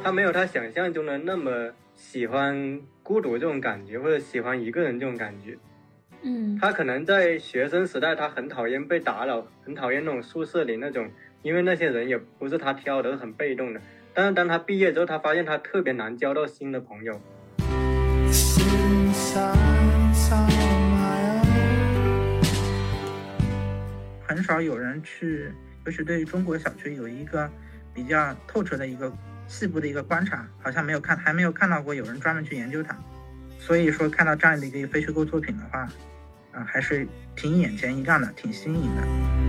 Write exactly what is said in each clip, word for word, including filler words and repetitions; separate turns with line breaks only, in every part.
他没有他想象中的那么喜欢孤独这种感觉，或者喜欢一个人这种感觉。
嗯，
他可能在学生时代他很讨厌被打扰，很讨厌那种宿舍里那种，因为那些人也不是他挑的，是很被动的。但是当他毕业之后，他发现他特别难交到新的朋友。
很少有人去就是对中国小区有一个比较透彻的一个细部的一个观察，好像没有看还没有看到过有人专门去研究它。所以说看到这样的一个非虚构作品的话，啊，还是挺眼前一亮的，挺新颖的。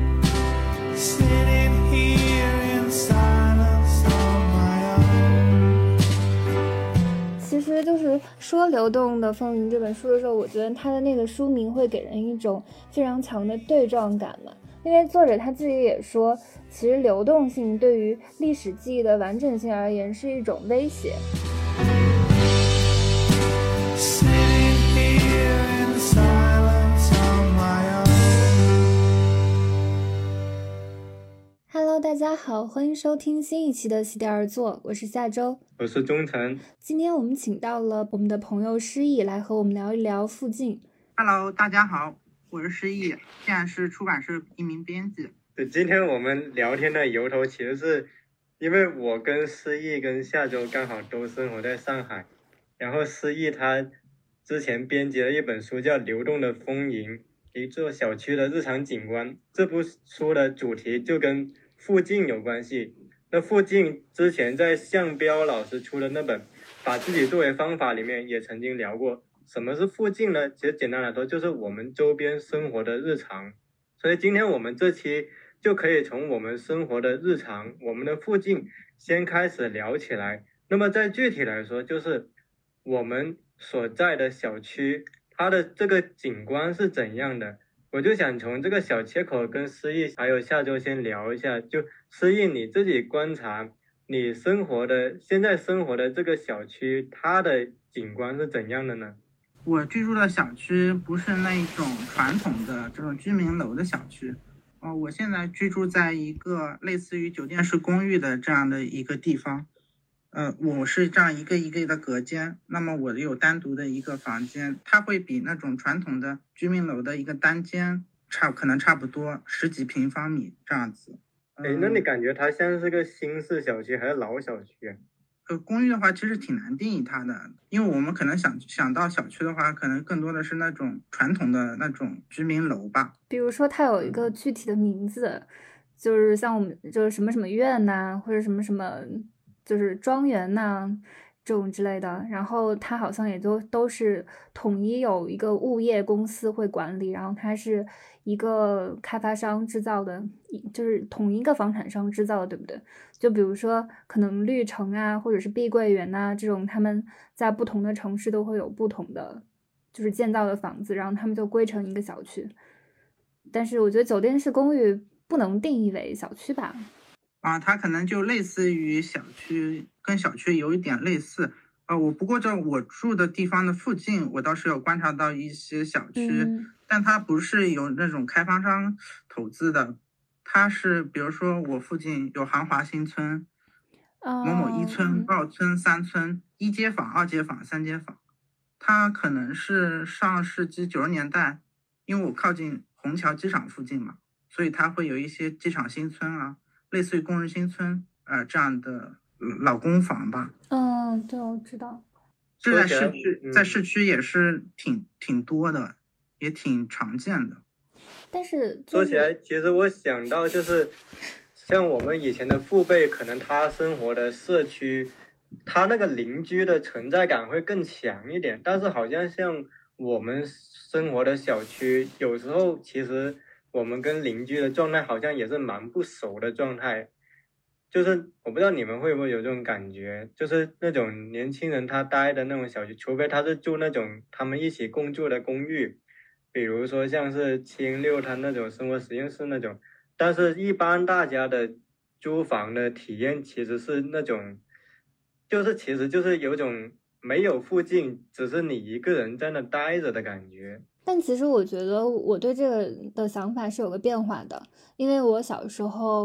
其实就是说《流动的风云》这本书的时候，我觉得它的那个书名会给人一种非常强的对撞感嘛，因为作者他自己也说，其实流动性对于历史记忆的完整性而言是一种威胁。Hello， 大家好，欢迎收听新一期的席地而坐，我是夏周，
我是忠诚。
今天我们请到了我们的朋友诗意来和我们聊一聊附近。
Hello， 大家好，我是诗意，现在是出版社一名编辑。
对，今天我们聊天的由头其实是因为我跟诗意跟夏周刚好都生活在上海，然后诗意他之前编辑了一本书叫《流动的丰盈》，一座小区的日常景观。这部书的主题就跟附近有关系。那附近之前在向彪老师出的那本《把自己作为方法》里面也曾经聊过，什么是附近呢？其实简单来说就是我们周边生活的日常。所以今天我们这期就可以从我们生活的日常，我们的附近先开始聊起来。那么再具体来说，就是我们所在的小区它的这个景观是怎样的。我就想从这个小切口跟诗意还有下周先聊一下。就诗意你自己观察你生活的现在生活的这个小区它的景观是怎样的呢？
我居住的小区不是那一种传统的这种居民楼的小区，哦，我现在居住在一个类似于酒店式公寓的这样的一个地方。呃，我是这样一个一个的隔间，那么我有单独的一个房间，它会比那种传统的居民楼的一个单间差可能差不多十几平方米这样子。
哎，那你感觉它像是个新式小区还是老小区啊？
呃，公寓的话其实挺难定义它的，因为我们可能想想到小区的话，可能更多的是那种传统的那种居民楼吧。
比如说它有一个具体的名字，就是像我们就是什么什么院呐、啊，或者什么什么就是庄园呐、啊、这种之类的，然后它好像也都都是统一有一个物业公司会管理，然后它是一个开发商制造的，就是同一个房产商制造的，对不对？就比如说可能绿城啊，或者是碧桂园呐、啊、这种，他们在不同的城市都会有不同的就是建造的房子，然后他们就归成一个小区。但是我觉得酒店式公寓不能定义为小区吧。
啊，它可能就类似于小区，跟小区有一点类似。呃，我不过这我住的地方的附近，我倒是有观察到一些小区，嗯、但它不是有那种开发商投资的，它是比如说我附近有韩华新村、哦、某某一村、二村、三村，一街坊、二街坊、三街坊，它可能是上世纪九十年代，因为我靠近虹桥机场附近嘛，所以它会有一些机场新村啊。类似于工人新村呃这样的老公房吧。
嗯，对，我知道。
这在市区、嗯、在市区也是挺挺多的，也挺常见的。
但是、就是、
说起来，其实我想到就是像我们以前的父辈，可能他生活的社区，他那个邻居的存在感会更强一点。但是好像像我们生活的小区，有时候其实我们跟邻居的状态好像也是蛮不熟的状态。就是我不知道你们会不会有这种感觉，就是那种年轻人他待的那种小区，除非他是住那种他们一起共住的公寓，比如说像是青六他那种生活实验室那种，但是一般大家的租房的体验其实是那种，就是其实就是有种没有附近，只是你一个人在那待着的感觉。
但其实我觉得我对这个的想法是有个变化的，因为我小时候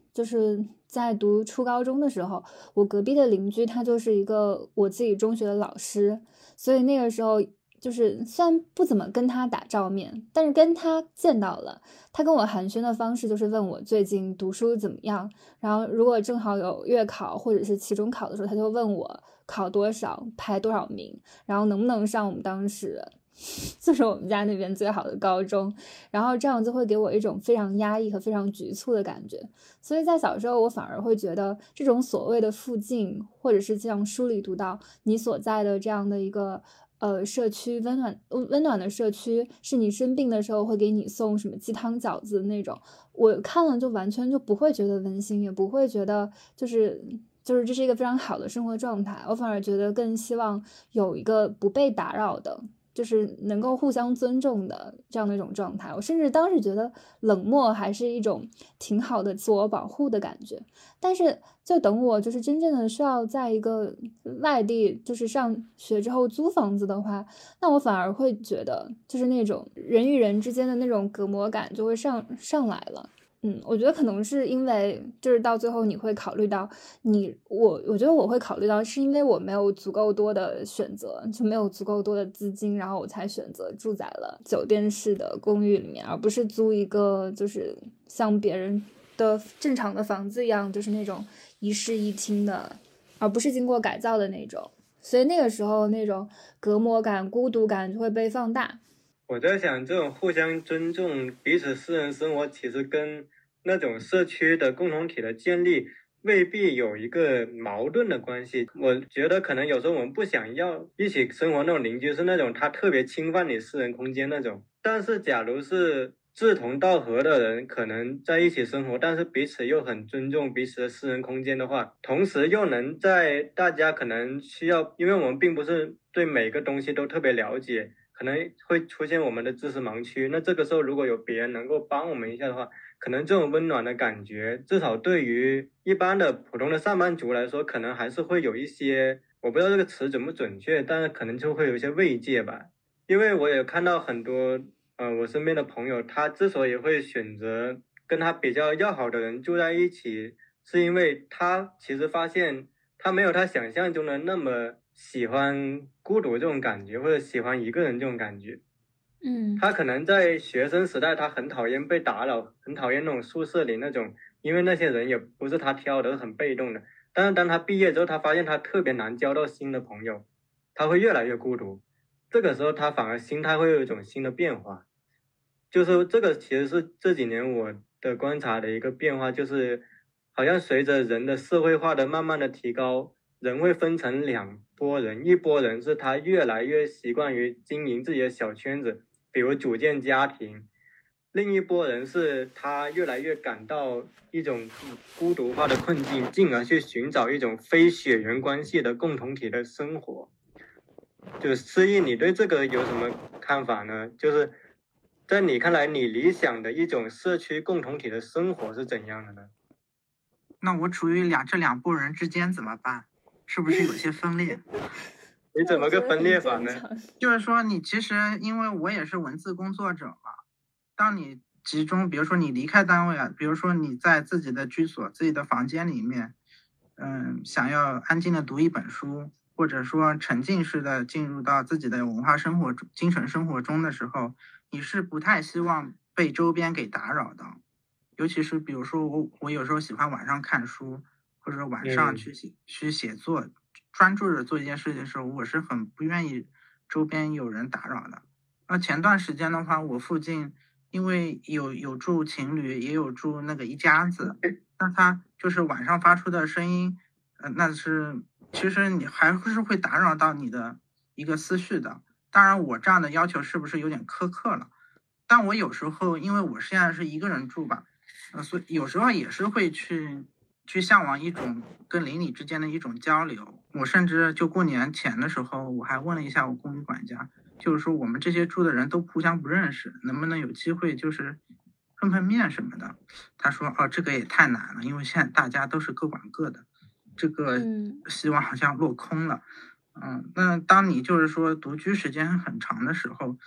就是在读初高中的时候，我隔壁的邻居他就是一个我自己中学的老师，所以那个时候就是虽然不怎么跟他打照面，但是跟他见到了，他跟我寒暄的方式就是问我最近读书怎么样，然后如果正好有月考或者是期中考的时候，他就问我考多少，排多少名，然后能不能上我们当时就是我们家那边最好的高中，然后这样就会给我一种非常压抑和非常局促的感觉。所以在小时候我反而会觉得这种所谓的附近，或者是这样书里读到你所在的这样的一个呃社区，温暖温暖的社区，是你生病的时候会给你送什么鸡汤饺子的那种，我看了就完全就不会觉得温馨，也不会觉得就是就是这是一个非常好的生活状态，我反而觉得更希望有一个不被打扰的，就是能够互相尊重的这样的一种状态。我甚至当时觉得冷漠还是一种挺好的自我保护的感觉。但是就等我就是真正的需要在一个外地就是上学之后租房子的话，那我反而会觉得就是那种人与人之间的那种隔膜感就会上上来了。嗯，我觉得可能是因为就是到最后你会考虑到你我我觉得我会考虑到是因为我没有足够多的选择，就没有足够多的资金，然后我才选择住在了酒店式的公寓里面，而不是租一个就是像别人的正常的房子一样，就是那种一室一厅的，而不是经过改造的那种。所以那个时候那种隔膜感、孤独感就会被放大。
我在想，这种互相尊重彼此私人生活，其实跟那种社区的共同体的建立未必有一个矛盾的关系。我觉得可能有时候我们不想要一起生活那种邻居是那种他特别侵犯你私人空间那种，但是假如是志同道合的人，可能在一起生活，但是彼此又很尊重彼此的私人空间的话，同时又能在大家可能需要，因为我们并不是对每个东西都特别了解，可能会出现我们的知识盲区，那这个时候如果有别人能够帮我们一下的话，可能这种温暖的感觉，至少对于一般的普通的上班族来说，可能还是会有一些，我不知道这个词准不准确，但是可能就会有一些慰藉吧。因为我也看到很多呃我身边的朋友，他之所以会选择跟他比较要好的人住在一起，是因为他其实发现他没有他想象中的那么喜欢孤独这种感觉，或者喜欢一个人这种感觉。
嗯，
他可能在学生时代，他很讨厌被打扰，很讨厌那种宿舍里那种，因为那些人也不是他挑的，是很被动的。但是当他毕业之后，他发现他特别难交到新的朋友，他会越来越孤独。这个时候，他反而心态会有一种新的变化。就是这个其实是这几年我的观察的一个变化，就是好像随着人的社会化的慢慢的提高，人会分成两拨人，一拨人是他越来越习惯于经营自己的小圈子，比如组建家庭，另一拨人是他越来越感到一种孤独化的困境，进而去寻找一种非血缘关系的共同体的生活。就是思义，你对这个有什么看法呢？就是在你看来，你理想的一种社区共同体的生活是怎样的呢？
那我处于两这两拨人之间怎么办？是不是有些分裂？
你怎么个分裂法呢？
就是说，你其实因为我也是文字工作者嘛，当你集中，比如说你离开单位啊，比如说你在自己的居所、自己的房间里面，嗯，想要安静的读一本书，或者说沉浸式的进入到自己的文化生活、精神生活中的时候，你是不太希望被周边给打扰的。尤其是比如说我，我有时候喜欢晚上看书，或者晚上去写、嗯、去写作，专注着做一件事情的时候，我是很不愿意周边有人打扰的。那前段时间的话，我附近因为有有住情侣，也有住那个一家子，那他就是晚上发出的声音，呃，那是其实你还是会打扰到你的一个思绪的。当然，我这样的要求是不是有点苛刻了？但我有时候因为我现在是一个人住吧。呃，所以有时候也是会去去向往一种跟邻里之间的一种交流。我甚至就过年前的时候，我还问了一下我公寓管家，就是说我们这些住的人都互相不认识，能不能有机会就是碰碰面什么的？他说哦，这个也太难了，因为现在大家都是各管各的，这个希望好像落空了。嗯，那当你就是说独居时间很长的时候，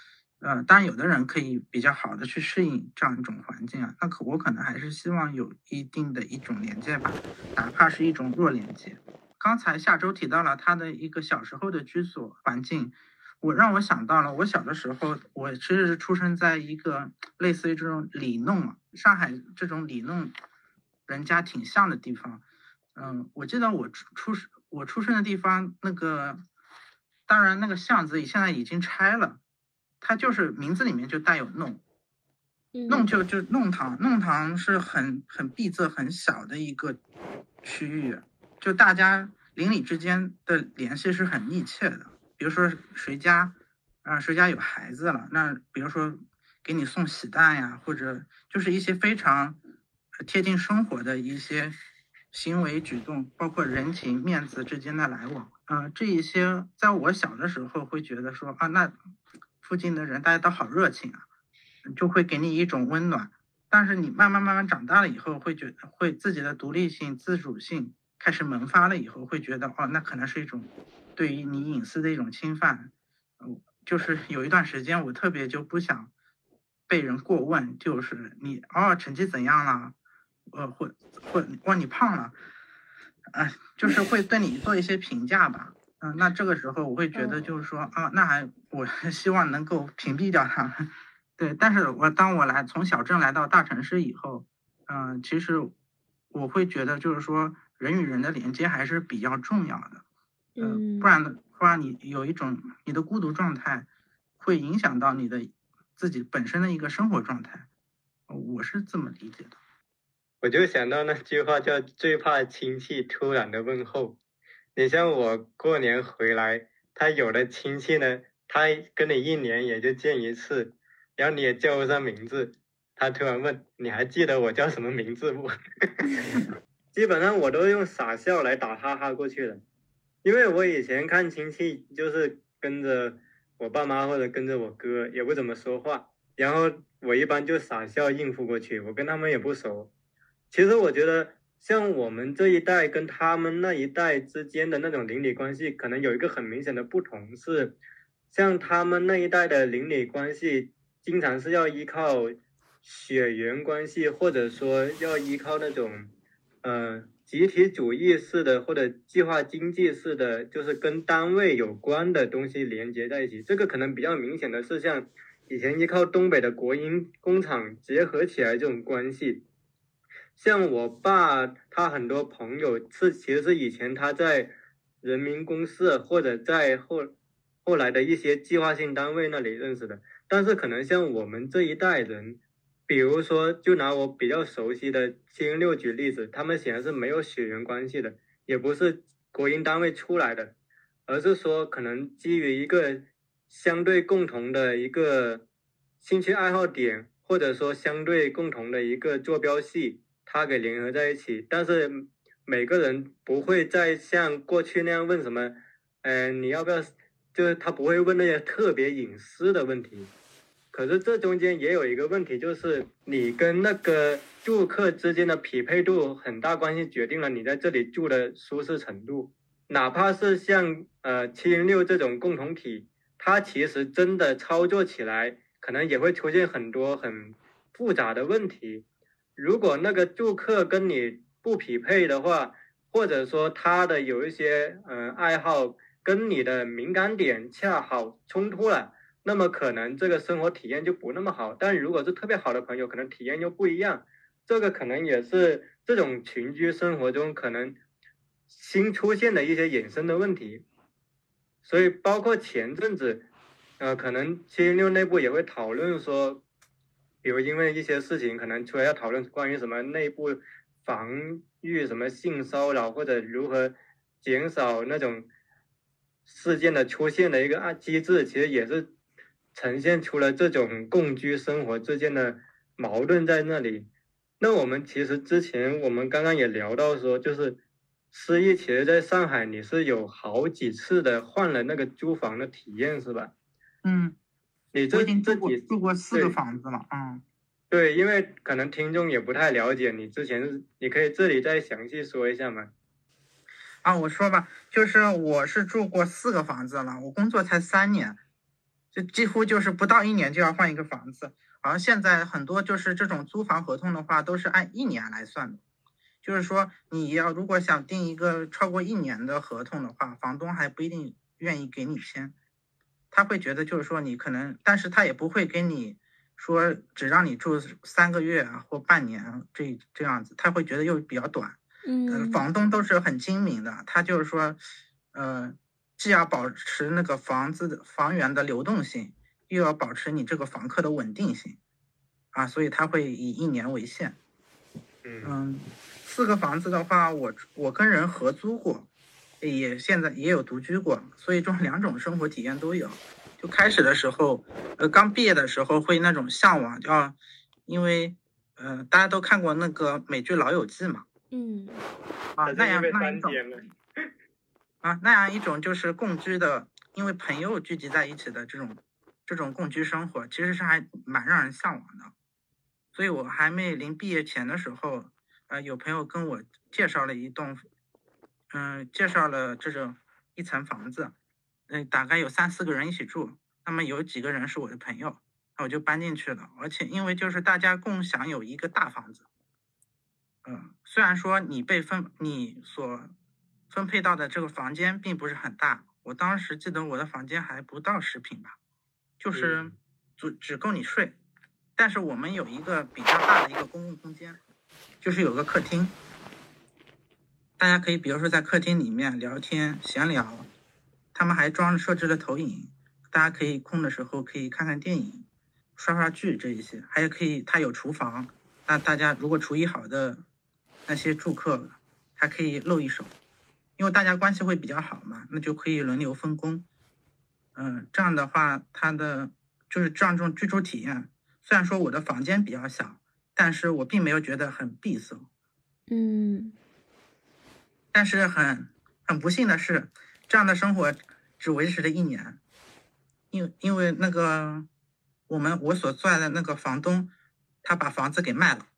呃，当然有的人可以比较好的去适应这样一种环境啊，那可我可能还是希望有一定的一种连接吧，哪怕是一种弱连接。刚才下周提到了他的一个小时候的居所环境，我让我想到了我小的时候，我其实是出生在一个类似于这种里弄，上海这种里弄人家挺像的地方。嗯，我记得我出出我出生的地方那个，当然那个巷子现在已经拆了。它就是名字里面就带有弄，弄就就弄堂，弄堂是很很闭塞很小的一个区域，就大家邻里之间的联系是很密切的。比如说谁家啊、呃、谁家有孩子了，那比如说给你送喜蛋呀，或者就是一些非常贴近生活的一些行为举动，包括人情面子之间的来往，嗯、呃，这一些在我小的时候会觉得说啊，那附近的人大家都好热情啊，就会给你一种温暖。但是你慢慢慢慢长大了以后，会觉得会自己的独立性、自主性开始萌发了以后，会觉得哦，那可能是一种对于你隐私的一种侵犯。嗯，就是有一段时间我特别就不想被人过问，就是你哦成绩怎样了，呃或或哇你胖了，哎、呃，就是会对你做一些评价吧。嗯、呃，那这个时候我会觉得就是说啊，那还我希望能够屏蔽掉他。对，但是我当我来从小镇来到大城市以后，嗯、呃，其实我会觉得就是说人与人的连接还是比较重要的。呃、嗯，不然的话你有一种你的孤独状态会影响到你的自己本身的一个生活状态，我是这么理解的。
我就想到那句话叫最怕亲戚突然的问候。你像我过年回来，他有的亲戚呢，他跟你一年也就见一次，然后你也叫不上名字，他突然问你还记得我叫什么名字不？基本上我都用傻笑来打哈哈过去的，因为我以前看亲戚就是跟着我爸妈或者跟着我哥，也不怎么说话，然后我一般就傻笑应付过去，我跟他们也不熟。其实我觉得像我们这一代跟他们那一代之间的那种邻里关系，可能有一个很明显的不同是，像他们那一代的邻里关系，经常是要依靠血缘关系，或者说要依靠那种呃集体主义式的或者计划经济式的，就是跟单位有关的东西连接在一起。这个可能比较明显的是像以前依靠东北的国营工厂结合起来这种关系。像我爸他很多朋友是其实是以前他在人民公社或者在后后来的一些计划性单位那里认识的，但是可能像我们这一代人，比如说就拿我比较熟悉的七零六举例子，他们显然是没有血缘关系的，也不是国营单位出来的，而是说可能基于一个相对共同的一个兴趣爱好点，或者说相对共同的一个坐标系，它给联合在一起，但是每个人不会再像过去那样问什么，嗯、呃，你要不要，就是他不会问那些特别隐私的问题。可是这中间也有一个问题，就是你跟那个住客之间的匹配度很大关系决定了你在这里住的舒适程度。哪怕是像呃七零六这种共同体，它其实真的操作起来可能也会出现很多很复杂的问题。如果那个住客跟你不匹配的话，或者说他的有一些呃爱好跟你的敏感点恰好冲突了，那么可能这个生活体验就不那么好。但如果是特别好的朋友，可能体验又不一样。这个可能也是这种群居生活中可能新出现的一些衍生的问题。所以包括前阵子呃可能七零六内部也会讨论说，比如因为一些事情可能出来要讨论关于什么内部防御什么性骚扰，或者如何减少那种事件的出现的一个机制，其实也是呈现出了这种共居生活之间的矛盾在那里。那我们其实之前我们刚刚也聊到说，就是思逸其实在上海你是有好几次的换了那个租房的体验是吧？
嗯，
你这
我已经住过
自己
住过四个房子了，嗯。
对，因为可能听众也不太了解你之前，你可以这里再详细说一下吗？
啊，我说吧，就是我是住过四个房子了，我工作才三年， 就几乎就是不到一年就要换一个房子。好像现在很多就是这种租房合同的话，都是按一年来算的。就是说，你要如果想订一个超过一年的合同的话，房东还不一定愿意给你签。他会觉得就是说你可能，但是他也不会给你说只让你住三个月啊或半年这这样子，他会觉得又比较短。
嗯、
呃，房东都是很精明的，他就是说，呃，既要保持那个房子的房源的流动性，又要保持你这个房客的稳定性，啊，所以他会以一年为限。嗯，四个房子的话，我我跟人合租过。也现在也有独居过，所以这种两种生活体验都有。就开始的时候，呃，刚毕业的时候会那种向往，叫，因为，呃，大家都看过那个美剧《老友记》嘛，
嗯，
啊，那样那样一种，啊，那样一种就是共居的，因为朋友聚集在一起的这种这种共居生活，其实是还蛮让人向往的。所以我还没临毕业前的时候，呃，有朋友跟我介绍了一栋。嗯，介绍了这种一层房子，嗯，大概有三四个人一起住，那么有几个人是我的朋友，那我就搬进去了。而且因为就是大家共享有一个大房子，嗯，虽然说你被分你所分配到的这个房间并不是很大，我当时记得我的房间还不到十平吧，就是只只够你睡，但是我们有一个比较大的一个公共空间，就是有个客厅。大家可以比如说在客厅里面聊天闲聊，他们还装设置了投影，大家可以空的时候可以看看电影刷刷剧这一些，还有可以它有厨房，那大家如果厨艺好的那些住客还可以露一手，因为大家关系会比较好嘛，那就可以轮流分工。嗯，这样的话它的就是这样这种居住体验，虽然说我的房间比较小，但是我并没有觉得很闭塞。
嗯，
但是很很不幸的是，这样的生活只维持了一年，因因为那个我们我所在的那个房东，他把房子给卖了，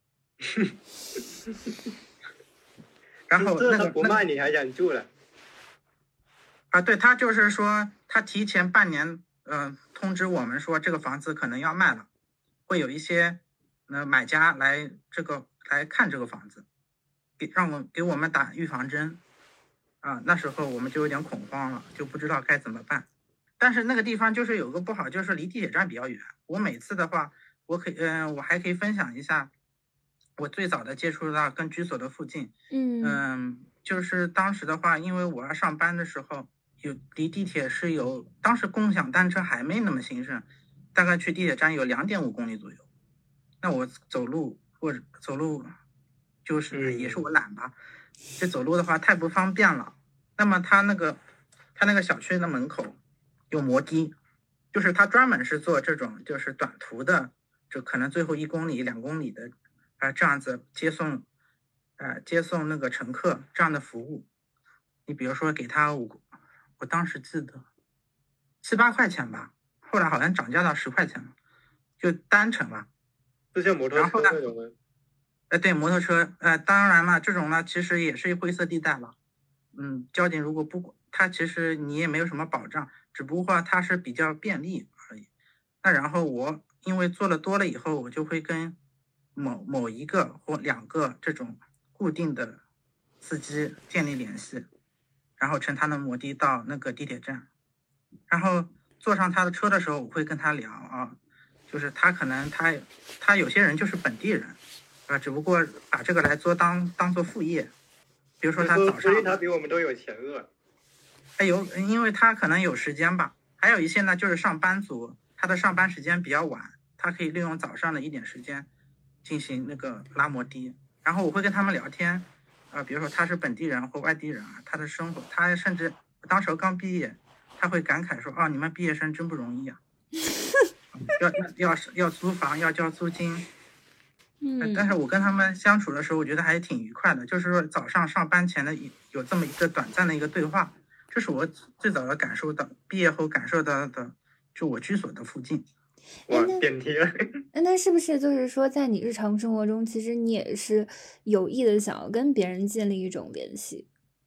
然后那个
不卖你还想住了？
啊，对，他就是说他提前半年，嗯、呃，通知我们说这个房子可能要卖了，会有一些呃买家来这个来看这个房子。给让我给我们打预防针，啊，那时候我们就有点恐慌了，就不知道该怎么办。但是那个地方就是有个不好，就是离地铁站比较远。我每次的话，我可以，嗯、呃，我还可以分享一下我最早的接触到跟居所的附近。
嗯
嗯，就是当时的话，因为我要上班的时候，有离地铁是有，当时共享单车还没那么兴盛，大概去地铁站有两点五公里左右。那我走路或者走路。就是也是我懒吧，这走路的话太不方便了。那么他那个他那个小区的门口有摩的，就是他专门是做这种就是短途的，就可能最后一公里两公里的啊、呃、这样子接送，呃接送那个乘客这样的服务。你比如说给他五，我当时记得七八块钱吧，后来好像涨价到十块钱了，就单程吧。
就像摩托车那种吗？
呃，对，摩托车，呃，当然了，这种呢其实也是灰色地带了。嗯，交警如果不，它其实你也没有什么保障，只不过它是比较便利而已。那然后我因为做了多了以后，我就会跟某某一个或两个这种固定的司机建立联系，然后乘他的摩的到那个地铁站，然后坐上他的车的时候，我会跟他聊啊，就是他可能他他有些人就是本地人。啊，只不过把这个来做当当做副业，比如说他早上，
所以他比我们都有钱了。
哎有，因为他可能有时间吧。还有一些呢，就是上班族，他的上班时间比较晚，他可以利用早上的一点时间进行那个拉摩的。然后我会跟他们聊天，啊、呃，比如说他是本地人或外地人啊，他的生活，他甚至当时刚毕业，他会感慨说：“哦，你们毕业生真不容易啊，要要要租房，要交租金。”
嗯，
但是我跟他们相处的时候，我觉得还挺愉快的。就是说早上上班前的有这么一个短暂的一个对话，这是我最早的感受到，毕业后感受到的，就我居所的附近。
哇，变贴了。
那那是不是就是说，在你日常生活中，其实你也是有意的想要跟别人建立一种联系？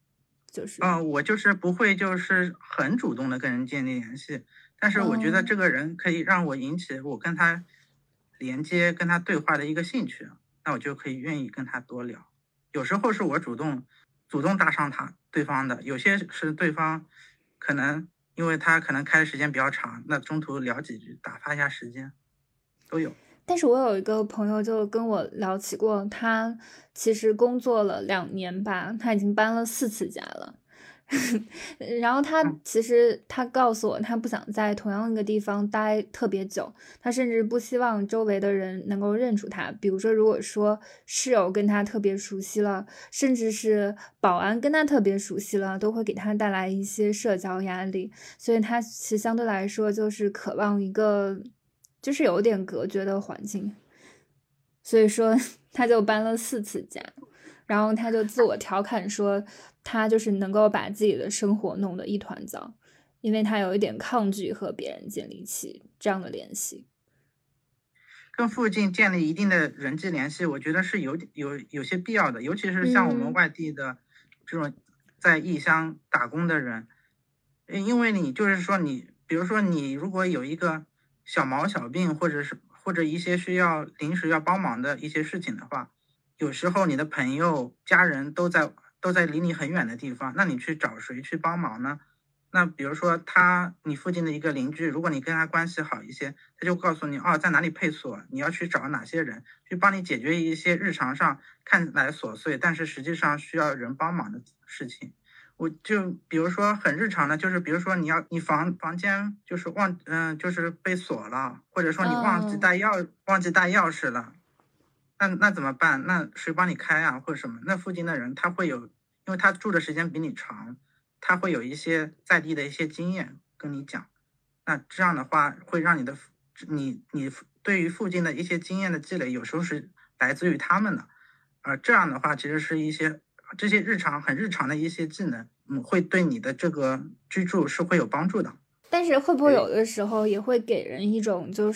就是
嗯、呃，我就是不会就是很主动的跟人建立联系，但是我觉得这个人可以让我引起我跟他连接、跟他对话的一个兴趣，那我就可以愿意跟他多聊。有时候是我主动主动搭上他对方的，有些是对方可能因为他可能开的时间比较长，那中途聊几句打发一下时间都有。
但是我有一个朋友就跟我聊起过，他其实工作了两年吧，他已经搬了四次家了。然后他其实他告诉我，他不想在同样一个地方待特别久，他甚至不希望周围的人能够认出他。比如说，如果说室友跟他特别熟悉了，甚至是保安跟他特别熟悉了，都会给他带来一些社交压力。所以他其实相对来说就是渴望一个就是有点隔绝的环境。所以说他就搬了四次家。然后他就自我调侃说，他就是能够把自己的生活弄得一团糟，因为他有一点抗拒和别人建立起这样的联系。
跟附近建立一定的人际联系，我觉得是有有有些必要的，尤其是像我们外地的这种在异乡打工的人，嗯、因为你就是说你，比如说你如果有一个小毛小病，或者是或者一些需要临时要帮忙的一些事情的话。有时候你的朋友、家人都在都在离你很远的地方，那你去找谁去帮忙呢？那比如说他，你附近的一个邻居，如果你跟他关系好一些，他就告诉你哦，在哪里配锁，你要去找哪些人，去帮你解决一些日常上看来琐碎，但是实际上需要人帮忙的事情。我就比如说很日常的，就是比如说你要你房房间就是忘嗯、呃、就是被锁了，或者说你忘记带钥、oh. 忘记带钥匙了。那那怎么办？那谁帮你开啊，或者什么？那附近的人他会有，因为他住的时间比你长，他会有一些在地的一些经验跟你讲。那这样的话，会让你的你你对于附近的一些经验的积累，有时候是来自于他们的。呃，这样的话，其实是一些这些日常很日常的一些技能，嗯，会对你的这个居住是会有帮助的。
但是会不会有的时候也会给人一种就是。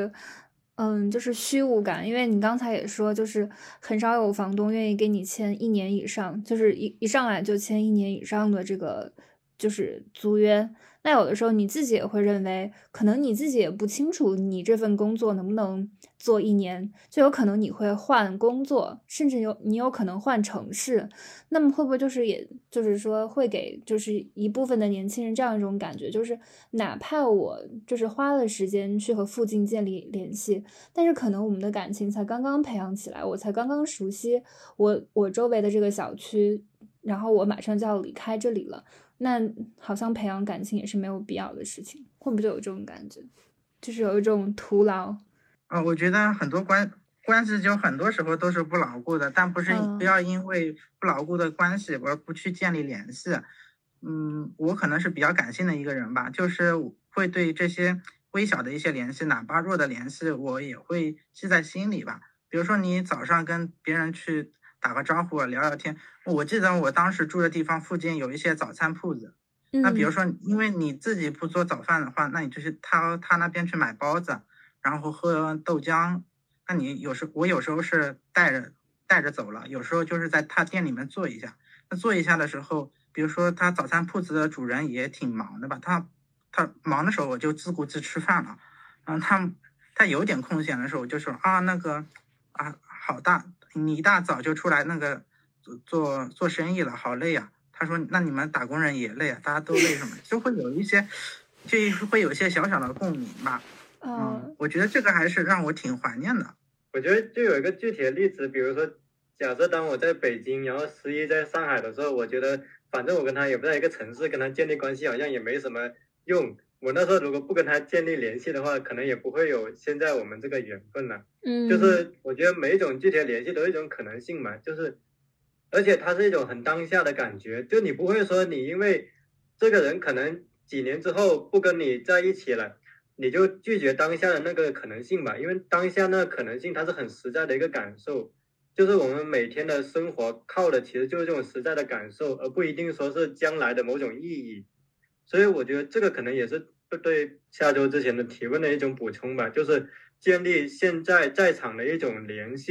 嗯，就是虚无感，因为你刚才也说，就是很少有房东愿意给你签一年以上，就是一一上来就签一年以上的这个就是租约。那有的时候你自己也会认为，可能你自己也不清楚你这份工作能不能做一年，就有可能你会换工作，甚至有你有可能换城市。那么会不会就是也就是说会给就是一部分的年轻人这样一种感觉，就是哪怕我就是花了时间去和附近建立联系，但是可能我们的感情才刚刚培养起来，我才刚刚熟悉我我周围的这个小区，然后我马上就要离开这里了，那好像培养感情也是没有必要的事情。会不会有这种感觉，就是有一种徒劳？
呃，我觉得很多关关系就很多时候都是不牢固的，但不是不要因为不牢固的关系而不去建立联系。嗯，我可能是比较感性的一个人吧，就是会对这些微小的一些联系，哪怕弱的联系，我也会记在心里吧。比如说你早上跟别人去打个招呼聊聊天，我记得我当时住的地方附近有一些早餐铺子，那比如说因为你自己不做早饭的话，那你就是他他那边去买包子，然后喝豆浆。那你有时我有时候是带着带着走了，有时候就是在他店里面坐一下。那坐一下的时候，比如说他早餐铺子的主人也挺忙的吧，他他忙的时候我就自顾自吃饭了，嗯，他他有点空闲的时候我就说啊那个啊好大，你一大早就出来那个做做做生意了，好累啊。他说那你们打工人也累啊，大家都累什么，就会有一些就会有一些小小的共鸣吧。嗯，我觉得这个还是让我挺怀念的。
我觉得就有一个具体的例子，比如说假设当我在北京，然后思怡在上海的时候，我觉得反正我跟他也不在一个城市，跟他建立关系好像也没什么用。我那时候如果不跟他建立联系的话，可能也不会有现在我们这个缘分了。
嗯，
就是我觉得每一种具体的联系都是一种可能性嘛，就是而且它是一种很当下的感觉，就你不会说你因为这个人可能几年之后不跟你在一起了，你就拒绝当下的那个可能性吧，因为当下那个可能性它是很实在的一个感受，就是我们每天的生活靠的其实就是这种实在的感受，而不一定说是将来的某种意义。所以我觉得这个可能也是对下周之前的提问的一种补充吧，就是建立现在在场的一种联系，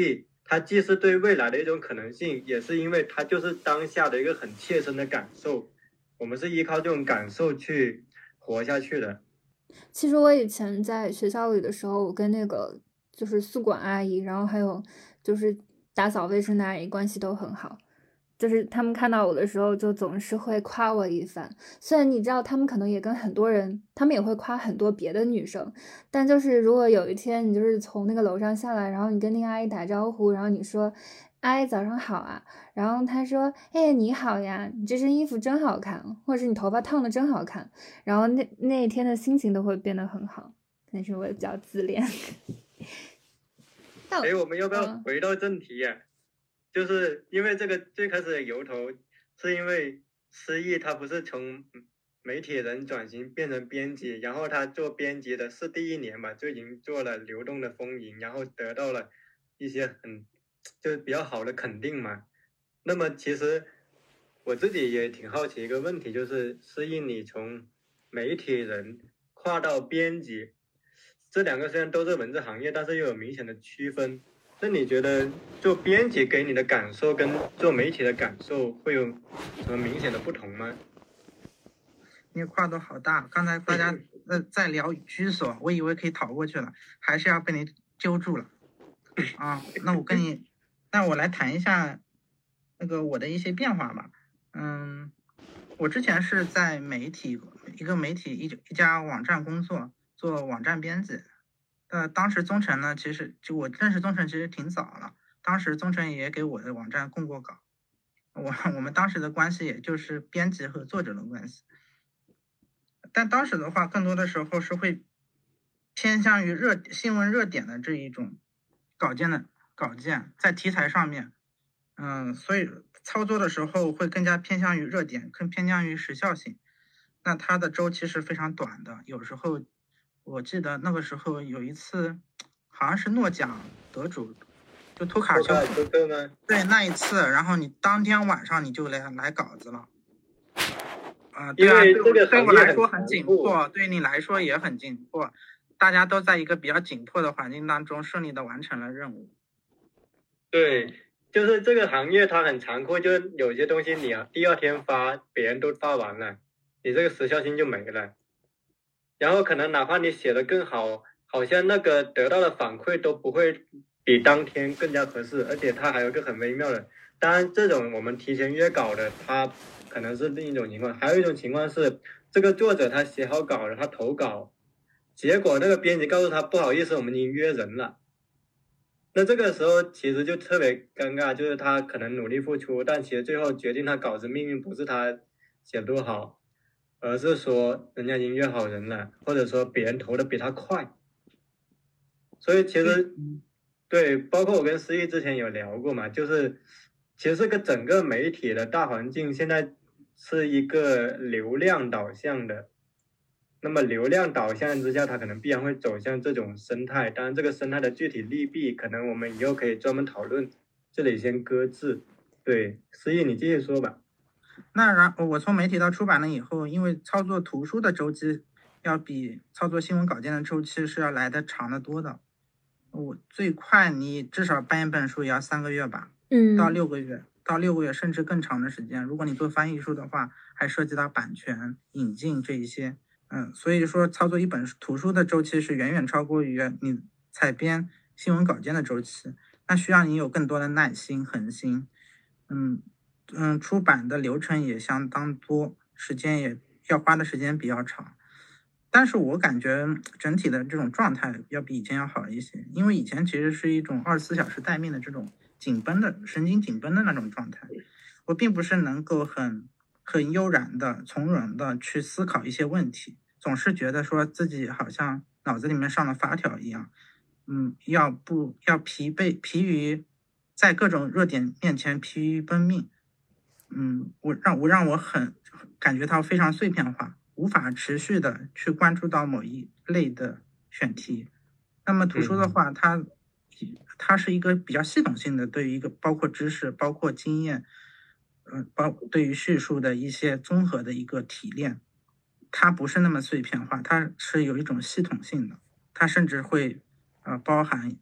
它既是对未来的一种可能性，也是因为它就是当下的一个很切身的感受，我们是依靠这种感受去活下去的。
其实我以前在学校里的时候，我跟那个就是宿管阿姨，然后还有就是打扫卫生的阿姨关系都很好，就是他们看到我的时候就总是会夸我一番。虽然你知道他们可能也跟很多人，他们也会夸很多别的女生，但就是如果有一天你就是从那个楼上下来，然后你跟那个阿姨打招呼，然后你说阿姨早上好啊，然后她说哎你好呀，你这身衣服真好看，或者是你头发烫的真好看，然后那那一天的心情都会变得很好。但是我也比较自恋。
哎，我们要不要回到正题呀、啊？就是因为这个最开始的由头是因为失忆他不是从媒体人转型变成编辑，然后他做编辑的是第一年吧，就已经做了流动的风吟，然后得到了一些很就是比较好的肯定嘛。那么其实我自己也挺好奇一个问题，就是失忆你从媒体人跨到编辑，这两个虽然都是文字行业，但是又有明显的区分。那你觉得做编辑给你的感受跟做媒体的感受会有什么明显的不同吗？
你跨度好大，刚才大家呃在聊居所，我以为可以逃过去了，还是要被你揪住了啊。那我跟你，那我来谈一下那个我的一些变化吧。嗯，我之前是在媒体一个媒体一一家网站工作，做网站编辑。呃，当时宗成呢，其实就我认识宗成其实挺早了，当时宗成也给我的网站供过稿，我我们当时的关系也就是编辑和作者的关系。但当时的话，更多的时候是会偏向于热新闻热点的这一种稿件的稿件，在题材上面，嗯，所以操作的时候会更加偏向于热点，更偏向于时效性。那它的周期是非常短的，有时候我记得那个时候有一次，好像是诺奖得主，就托卡尔丘
克吗？
对，那一次，然后你当天晚上你就来来稿子了。啊、呃，
因为这个
对我来说很紧迫，对你来说也很紧迫，大家都在一个比较紧迫的环境当中顺利的完成了任务。
对，就是这个行业它很残酷，就是有些东西你啊第二天发，别人都发完了，你这个时效性就没了。然后可能哪怕你写的更好，好像那个得到的反馈都不会比当天更加合适，而且它还有一个很微妙的，当然这种我们提前约稿的，它可能是另一种情况，还有一种情况是这个作者他写好稿了，他投稿，结果那个编辑告诉他不好意思，我们已经约人了。那这个时候其实就特别尴尬，就是他可能努力付出，但其实最后决定他稿子命运不是他写多好，而是说人家已经约好人了，或者说别人投的比他快。所以其实对，包括我跟思义之前有聊过嘛，就是其实这个整个媒体的大环境现在是一个流量导向的，那么流量导向之下，它可能必然会走向这种生态。当然，这个生态的具体利弊，可能我们以后可以专门讨论，这里先搁置。对，思义你继续说吧。
那然我从媒体到出版了以后，因为操作图书的周期要比操作新闻稿件的周期是要来的长得多的。我最快你至少搬一本书也要三个月吧，
嗯，
到六个月，到六个月甚至更长的时间。如果你做翻译书的话，还涉及到版权、引进这一些。嗯，所以说操作一本图书的周期是远远超过于你采编新闻稿件的周期，那需要你有更多的耐心、恒心。嗯嗯，出版的流程也相当多，时间也要花的时间比较长。但是我感觉整体的这种状态要比以前要好一些，因为以前其实是一种二十四小时待命的这种紧绷的神经紧绷的那种状态，我并不是能够很很悠然的从容的去思考一些问题，总是觉得说自己好像脑子里面上了发条一样，嗯，要不要疲惫疲于在各种热点面前疲于奔命，嗯，我让我让我很感觉到非常碎片化，无法持续的去关注到某一类的选题。那么图书的话，它它是一个比较系统性的，对于一个包括知识、包括经验，呃，包对于叙述的一些综合的一个提炼，它不是那么碎片化，它是有一种系统性的，它甚至会呃包含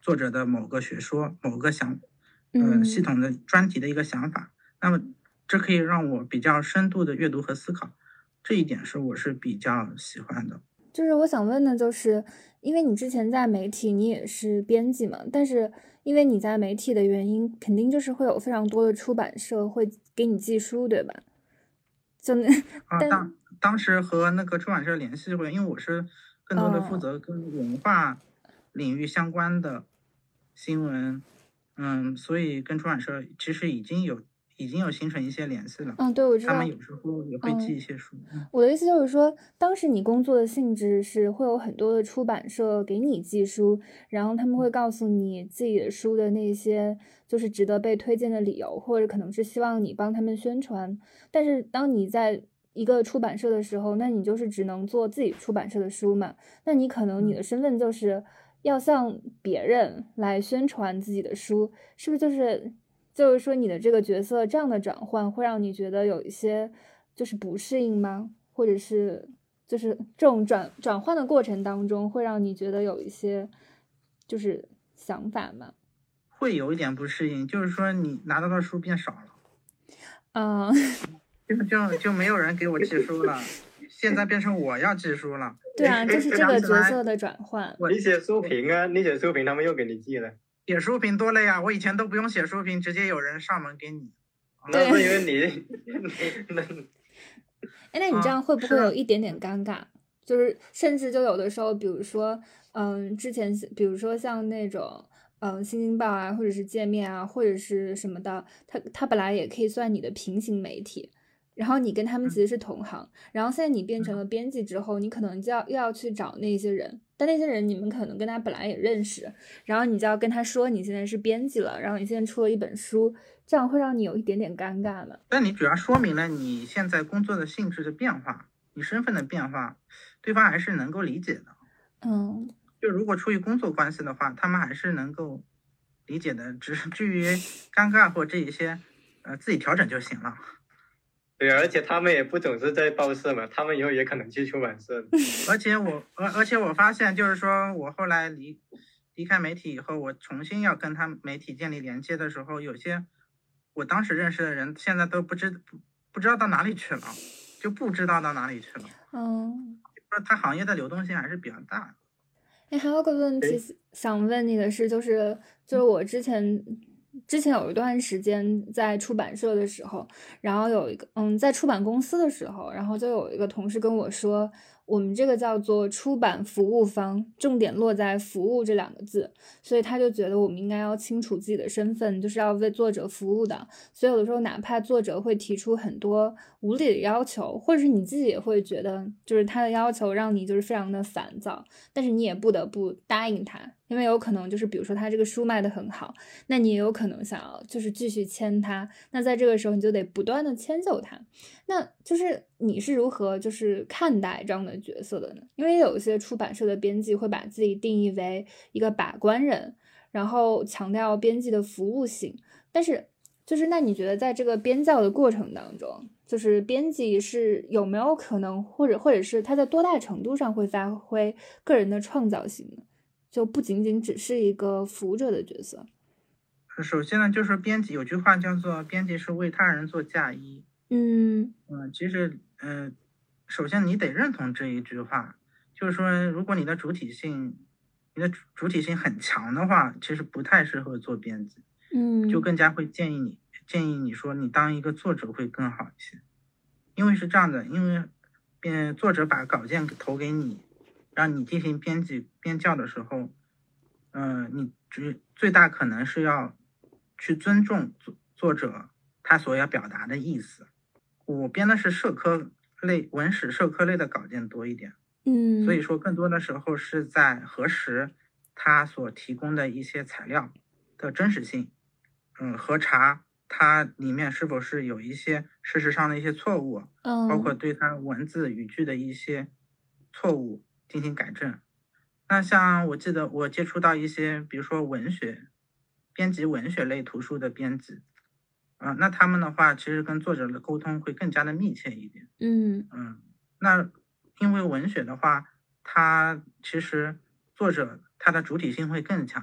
作者的某个学说、某个想呃系统的专题的一个想法，那么这可以让我比较深度的阅读和思考，这一点是我是比较喜欢的。
就是我想问的就是，因为你之前在媒体你也是编辑嘛，但是因为你在媒体的原因，肯定就是会有非常多的出版社会给你寄书，对吧？就那
啊，当当时和那个出版社联系过，因为我是更多的负责跟文化领域相关的新闻，嗯，所以跟出版社其实已经有已经有形成一些联系了。
嗯，对，我知道。
他们有时候也会寄一些书。
嗯、我的意思就是说，当时你工作的性质是会有很多的出版社给你寄书，然后他们会告诉你自己的书的那些就是值得被推荐的理由，或者可能是希望你帮他们宣传。但是当你在一个出版社的时候，那你就是只能做自己出版社的书嘛，那你可能你的身份就是要向别人来宣传自己的书，是不是就是就是说你的这个角色这样的转换会让你觉得有一些就是不适应吗？或者是就是这种转转换的过程当中会让你觉得有一些就是想法吗？
会有一点不适应，就是说你拿到的书变少了。
嗯，
就就就没有人给我寄书了，现在变成我要寄书了。
对啊，就是这个角色的转换。
你写书评啊，你写书评，他们又给你寄了。
写书评多了呀，我以前都不用写书评，直接有人上门给你。
那是因为你那
哎，那你这样会不会有一点点尴尬？就是甚至就有的时候，比如说，嗯，之前比如说像那种，嗯，新京报啊，或者是界面啊，或者是什么的，它它本来也可以算你的平行媒体，然后你跟他们其实是同行，然后现在你变成了编辑之后，你可能就要又要去找那些人，但那些人你们可能跟他本来也认识，然后你就要跟他说你现在是编辑了，然后你现在出了一本书，这样会让你有一点点尴尬吗？
但你主要说明了你现在工作的性质的变化，你身份的变化，对方还是能够理解的。
嗯，
就如果出于工作关系的话，他们还是能够理解的，只是至于尴尬或这一些，呃，自己调整就行了。
对，而且他们也不总是在报社嘛，他们以后也可能去出版社。
而且我，而而且我发现，就是说我后来离离开媒体以后，我重新要跟他媒体建立连接的时候，有些我当时认识的人，现在都不知不不知道到哪里去了，就不知道到哪里去了。
嗯，
说他行业的流动性还是比较大的。
哎，还有个问题想问你的是，就是就是我之前。之前有一段时间在出版社的时候，然后有一个嗯，在出版公司的时候，然后就有一个同事跟我说，我们这个叫做出版服务方，重点落在服务这两个字，所以他就觉得我们应该要清楚自己的身份，就是要为作者服务的。所以有的时候哪怕作者会提出很多无理的要求，或者是你自己也会觉得就是他的要求让你就是非常的烦躁，但是你也不得不答应他，因为有可能就是比如说他这个书卖得很好，那你也有可能想要就是继续签他，那在这个时候你就得不断的迁就他。那就是你是如何就是看待这样的角色的呢？因为有一些出版社的编辑会把自己定义为一个把关人，然后强调编辑的服务性，但是就是那你觉得在这个编校的过程当中，就是编辑是有没有可能或者或者是他在多大程度上会发挥个人的创造性呢？就不仅仅只是一个服务者的角色。
首先呢，就是编辑有句话叫做编辑是为他人做嫁衣。
嗯
嗯，其实嗯、呃，首先你得认同这一句话，就是说如果你的主体性你的主体性很强的话，其实不太适合做编辑。
嗯，
就更加会建议你建议你说你当一个作者会更好一些。因为是这样的，因为编作者把稿件投给你，让你进行编辑编校的时候，嗯、呃，你最最大可能是要去尊重作作者他所要表达的意思。我编的是社科类文史社科类的稿件多一点，
嗯，
所以说更多的时候是在核实他所提供的一些材料的真实性，嗯，核查它里面是否是有一些事实上的一些错误，
嗯，
包括对它文字语句的一些错误进行改正。那像我记得我接触到一些，比如说文学编辑文学类图书的编辑，啊、呃，那他们的话其实跟作者的沟通会更加的密切一点。
嗯
嗯，那因为文学的话，它其实作者他的主体性会更强，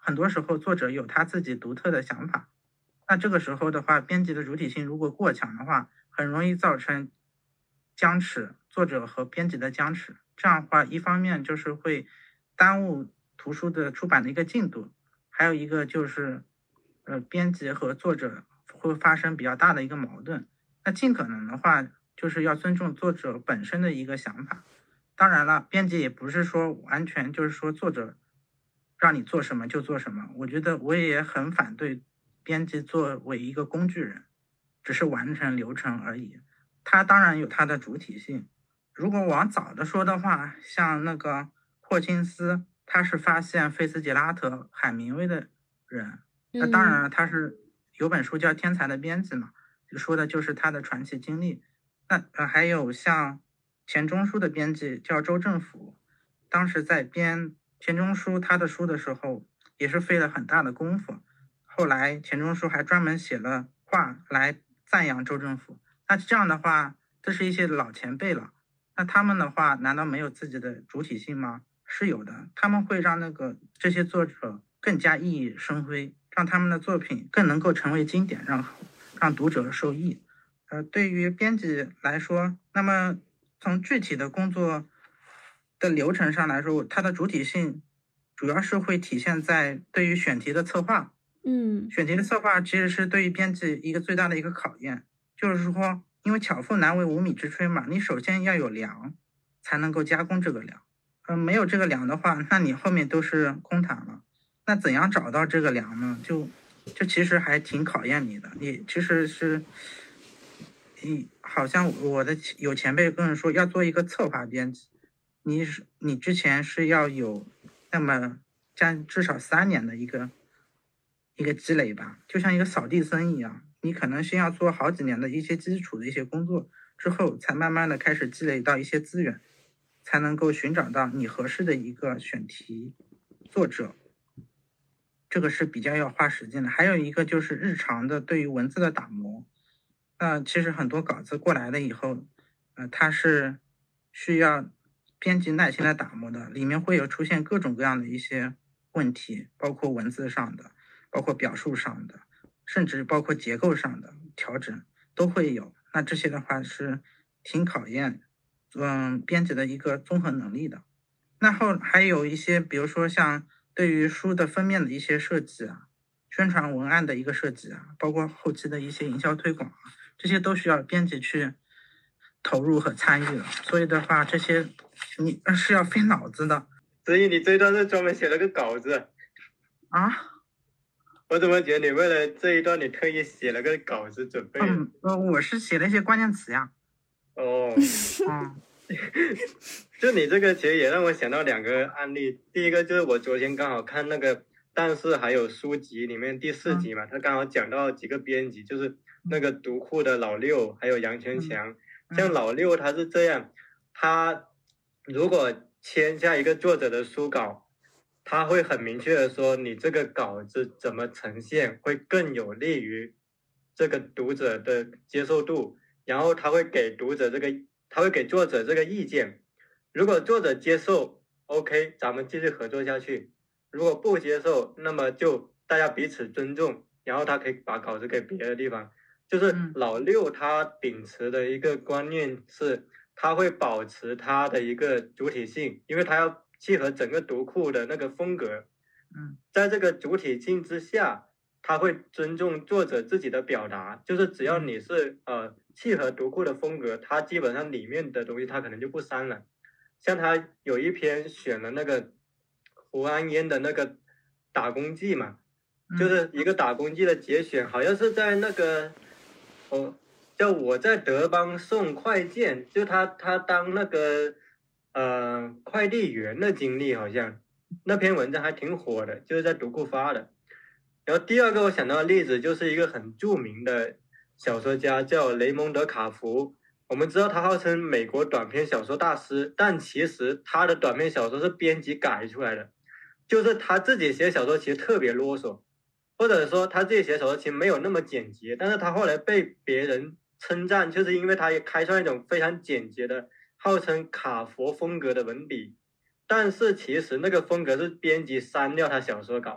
很多时候作者有他自己独特的想法，那这个时候的话，编辑的主体性如果过强的话，很容易造成僵持，作者和编辑的僵持。这样的话，一方面就是会耽误图书的出版的一个进度，还有一个就是呃，编辑和作者会发生比较大的一个矛盾。那尽可能的话，就是要尊重作者本身的一个想法。当然了，编辑也不是说完全就是说作者让你做什么就做什么。我觉得我也很反对编辑作为一个工具人，只是完成流程而已。他当然有他的主体性。如果往早的说的话，像那个霍金斯，他是发现菲茨杰拉特、海明威的人。那当然了，他是有本书叫《天才的编辑》嘛，就说的就是他的传奇经历。那呃，还有像钱钟书的编辑叫周正甫，当时在编钱钟书他的书的时候，也是费了很大的功夫。后来钱钟书还专门写了话来赞扬周正甫。那这样的话，这是一些老前辈了。那他们的话，难道没有自己的主体性吗？是有的，他们会让那个这些作者更加熠熠生辉，让他们的作品更能够成为经典，让让读者受益。呃，对于编辑来说，那么从具体的工作的流程上来说，它的主体性主要是会体现在对于选题的策划。
嗯，
选题的策划其实是对于编辑一个最大的一个考验，就是说，因为巧妇难为无米之炊嘛，你首先要有粮，才能够加工这个粮。嗯、呃，没有这个粮的话，那你后面都是空谈了。那怎样找到这个粮呢？就就其实还挺考验你的。你其实是，你好像我的有前辈跟我说，要做一个策划编辑，你是你之前是要有那么占至少三年的一个一个积累吧，就像一个扫地僧一样，你可能先要做好几年的一些基础的一些工作，之后才慢慢的开始积累到一些资源，才能够寻找到你合适的一个选题作者。这个是比较要花时间的。还有一个就是日常的对于文字的打磨。呃，其实很多稿子过来了以后，呃，它是需要编辑耐心的打磨的，里面会有出现各种各样的一些问题，包括文字上的，包括表述上的，甚至包括结构上的调整都会有。那这些的话是挺考验嗯编辑的一个综合能力的。那后还有一些，比如说像对于书的封面的一些设计啊，宣传文案的一个设计啊，包括后期的一些营销推广啊，这些都需要编辑去投入和参与的。所以的话，这些你是要费脑子的。
所以你这段是专门写了个稿子
啊？
我怎么觉得你为了这一段你特意写了个稿子准备？
嗯，呃，我是写了一些关键词呀。
哦，
嗯。
就你这个其实也让我想到两个案例。第一个就是我昨天刚好看那个，但是还有书籍里面第四集嘛，他刚好讲到几个编辑，就是那个读库的老六还有杨全强。像老六他是这样，他如果签下一个作者的书稿，他会很明确的说你这个稿子怎么呈现会更有利于这个读者的接受度，然后他会给读者这个他会给作者这个意见。如果作者接受 OK 咱们继续合作下去，如果不接受那么就大家彼此尊重，然后他可以把稿子给别的地方。就是老六他秉持的一个观念是他会保持他的一个主体性，因为他要契合整个读库的那个风格。
嗯，
在这个主体性之下，他会尊重作者自己的表达，就是只要你是呃契合读库的风格，他基本上里面的东西他可能就不删了。像他有一篇选了那个胡安烟的那个打工记嘛，就是一个打工记的节选，好像是在那个哦叫我在德邦送快件，就他他当那个呃快递员的经历，好像那篇文章还挺火的，就是在读库发的。然后第二个我想到的例子就是一个很著名的小说家叫雷蒙德·卡福。我们知道他号称美国短篇小说大师，但其实他的短篇小说是编辑改出来的，就是他自己写小说其实特别啰嗦，或者说他自己写小说其实没有那么简洁，但是他后来被别人称赞，就是因为他也开创一种非常简洁的号称卡佛风格的文笔，但是其实那个风格是编辑删掉他小说稿的，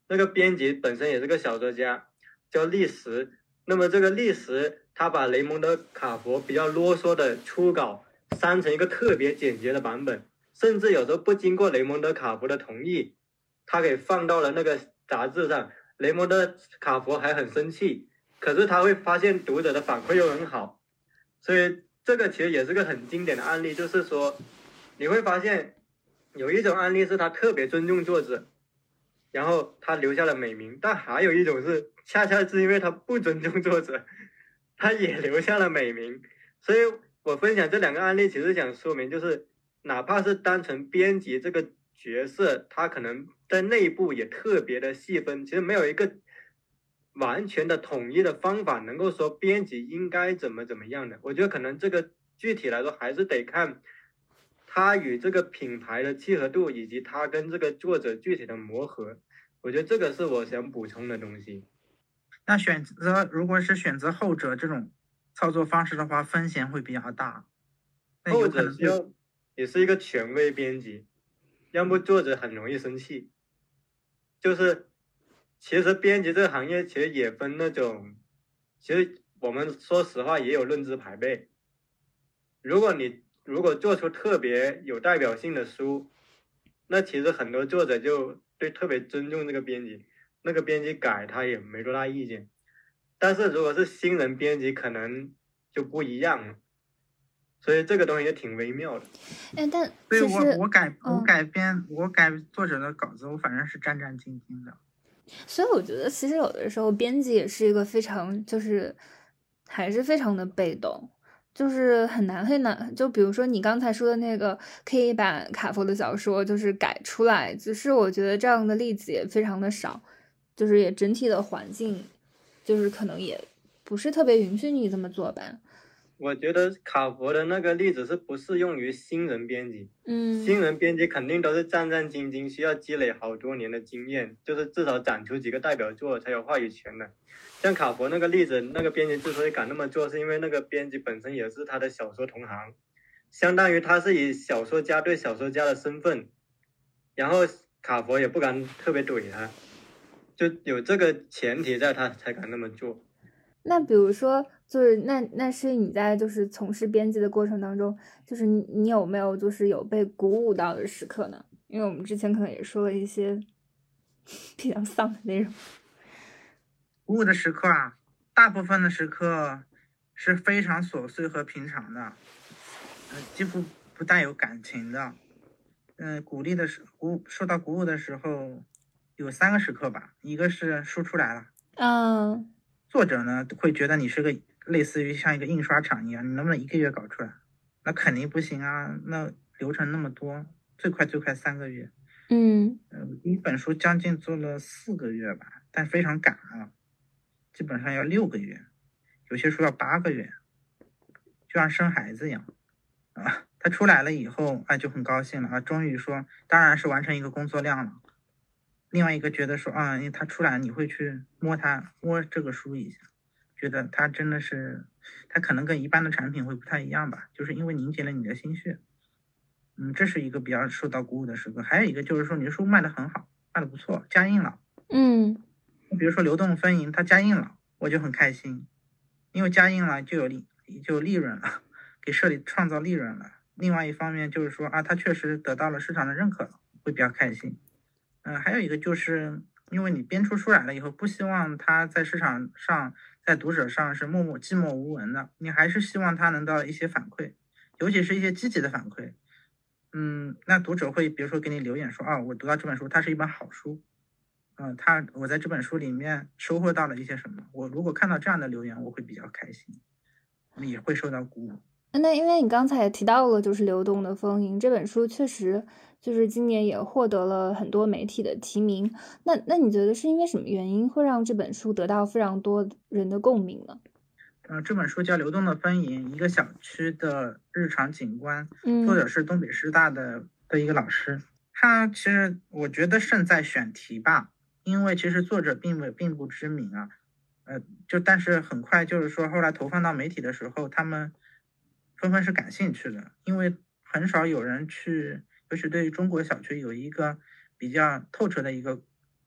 那个编辑本身也是个小说家，叫利什。那么这个利什他把雷蒙德·卡佛比较啰嗦的初稿删成一个特别简洁的版本，甚至有时候不经过雷蒙德·卡佛的同意，他给放到了那个杂志上。雷蒙德·卡佛还很生气，可是他会发现读者的反馈又很好，所以这个其实也是个很经典的案例，就是说你会发现有一种案例是他特别尊重作者，然后他留下了美名，但还有一种是恰恰是因为他不尊重作者，他也留下了美名。所以我分享这两个案例其实想说明，就是哪怕是单纯编辑这个角色，他可能在内部也特别的细分，其实没有一个完全的统一的方法能够说编辑应该怎么怎么样的。我觉得可能这个具体来说还是得看他与这个品牌的契合度，以及他跟这个作者具体的磨合。我觉得这个是我想补充的东西。
那选择如果是选择后者这种操作方式的话，风险会比较大。
后者需要也是一个权威编辑，要不作者很容易生气。就是其实编辑这个行业其实也分那种，其实我们说实话也有论资排辈。如果你如果做出特别有代表性的书，那其实很多作者就对特别尊重这个编辑，那个编辑改他也没多大意见。但是如果是新人编辑，可能就不一样了。所以这个东西也挺微妙的。
哎，但
所以我我改我改编我改作者的稿子，我反正是战战兢兢的。
所以我觉得其实有的时候编辑也是一个非常就是还是非常的被动，就是很难很难。就比如说你刚才说的那个可以把卡佛的小说就是改出来，就是我觉得这样的例子也非常的少，就是也整体的环境就是可能也不是特别允许你这么做吧。
我觉得卡佛的那个例子是不适用于新人编辑，
嗯，
新人编辑肯定都是战战兢兢，需要积累好多年的经验，就是至少展出几个代表作才有话语权的。像卡佛那个例子，那个编辑之所以敢那么做，是因为那个编辑本身也是他的小说同行，相当于他是以小说家对小说家的身份，然后卡佛也不敢特别怼他，就有这个前提在，他才敢那么做。
那比如说，就是那那是你在就是从事编辑的过程当中，就是你你有没有就是有被鼓舞到的时刻呢？因为我们之前可能也说了一些比较丧的内容。
鼓舞的时刻啊，大部分的时刻是非常琐碎和平常的，呃，几乎不带有感情的。嗯、呃，鼓励的时鼓受到鼓舞的时候，有三个时刻吧，一个是书出来了，
嗯。
作者呢会觉得你是个类似于像一个印刷厂一样，你能不能一个月搞出来？那肯定不行啊，那流程那么多，最快最快三个月。
嗯，
呃，一本书将近做了四个月吧，但非常赶啊，基本上要六个月，有些书要八个月，就像生孩子一样啊。他出来了以后，哎，就很高兴了啊，终于说，当然是完成一个工作量了。另外一个觉得说啊，因为他出来，你会去摸他摸这个书一下，觉得他真的是，他可能跟一般的产品会不太一样吧，就是因为凝结了你的心血。嗯，这是一个比较受到鼓舞的时刻。还有一个就是说，你的书卖得很好，卖得不错，加印了。
嗯，
比如说流动分银，它加印了，我就很开心，因为加印了就有利就有利润了，给社里创造利润了。另外一方面就是说啊，它确实得到了市场的认可了，会比较开心。嗯、呃，还有一个就是因为你编出书来了以后，不希望它在市场上、在读者上是默默寂寞无闻的，你还是希望它能到一些反馈，尤其是一些积极的反馈。嗯，那读者会比如说给你留言说啊，我读到这本书，它是一本好书。嗯、呃，他我在这本书里面收获到了一些什么？我如果看到这样的留言，我会比较开心，也会受到鼓舞。
那因为你刚才也提到了，就是《流动的风吟》这本书，确实就是今年也获得了很多媒体的提名。那那你觉得是因为什么原因会让这本书得到非常多人的共鸣呢？
呃，这本书叫《流动的风吟》，一个小区的日常景观，
嗯，
作者是东北师大的的一个老师。他其实我觉得胜在选题吧，因为其实作者并不并不知名啊，呃，就但是很快就是说后来投放到媒体的时候，他们纷纷是感兴趣的，因为很少有人去，尤其对中国小区有一个比较透彻的一个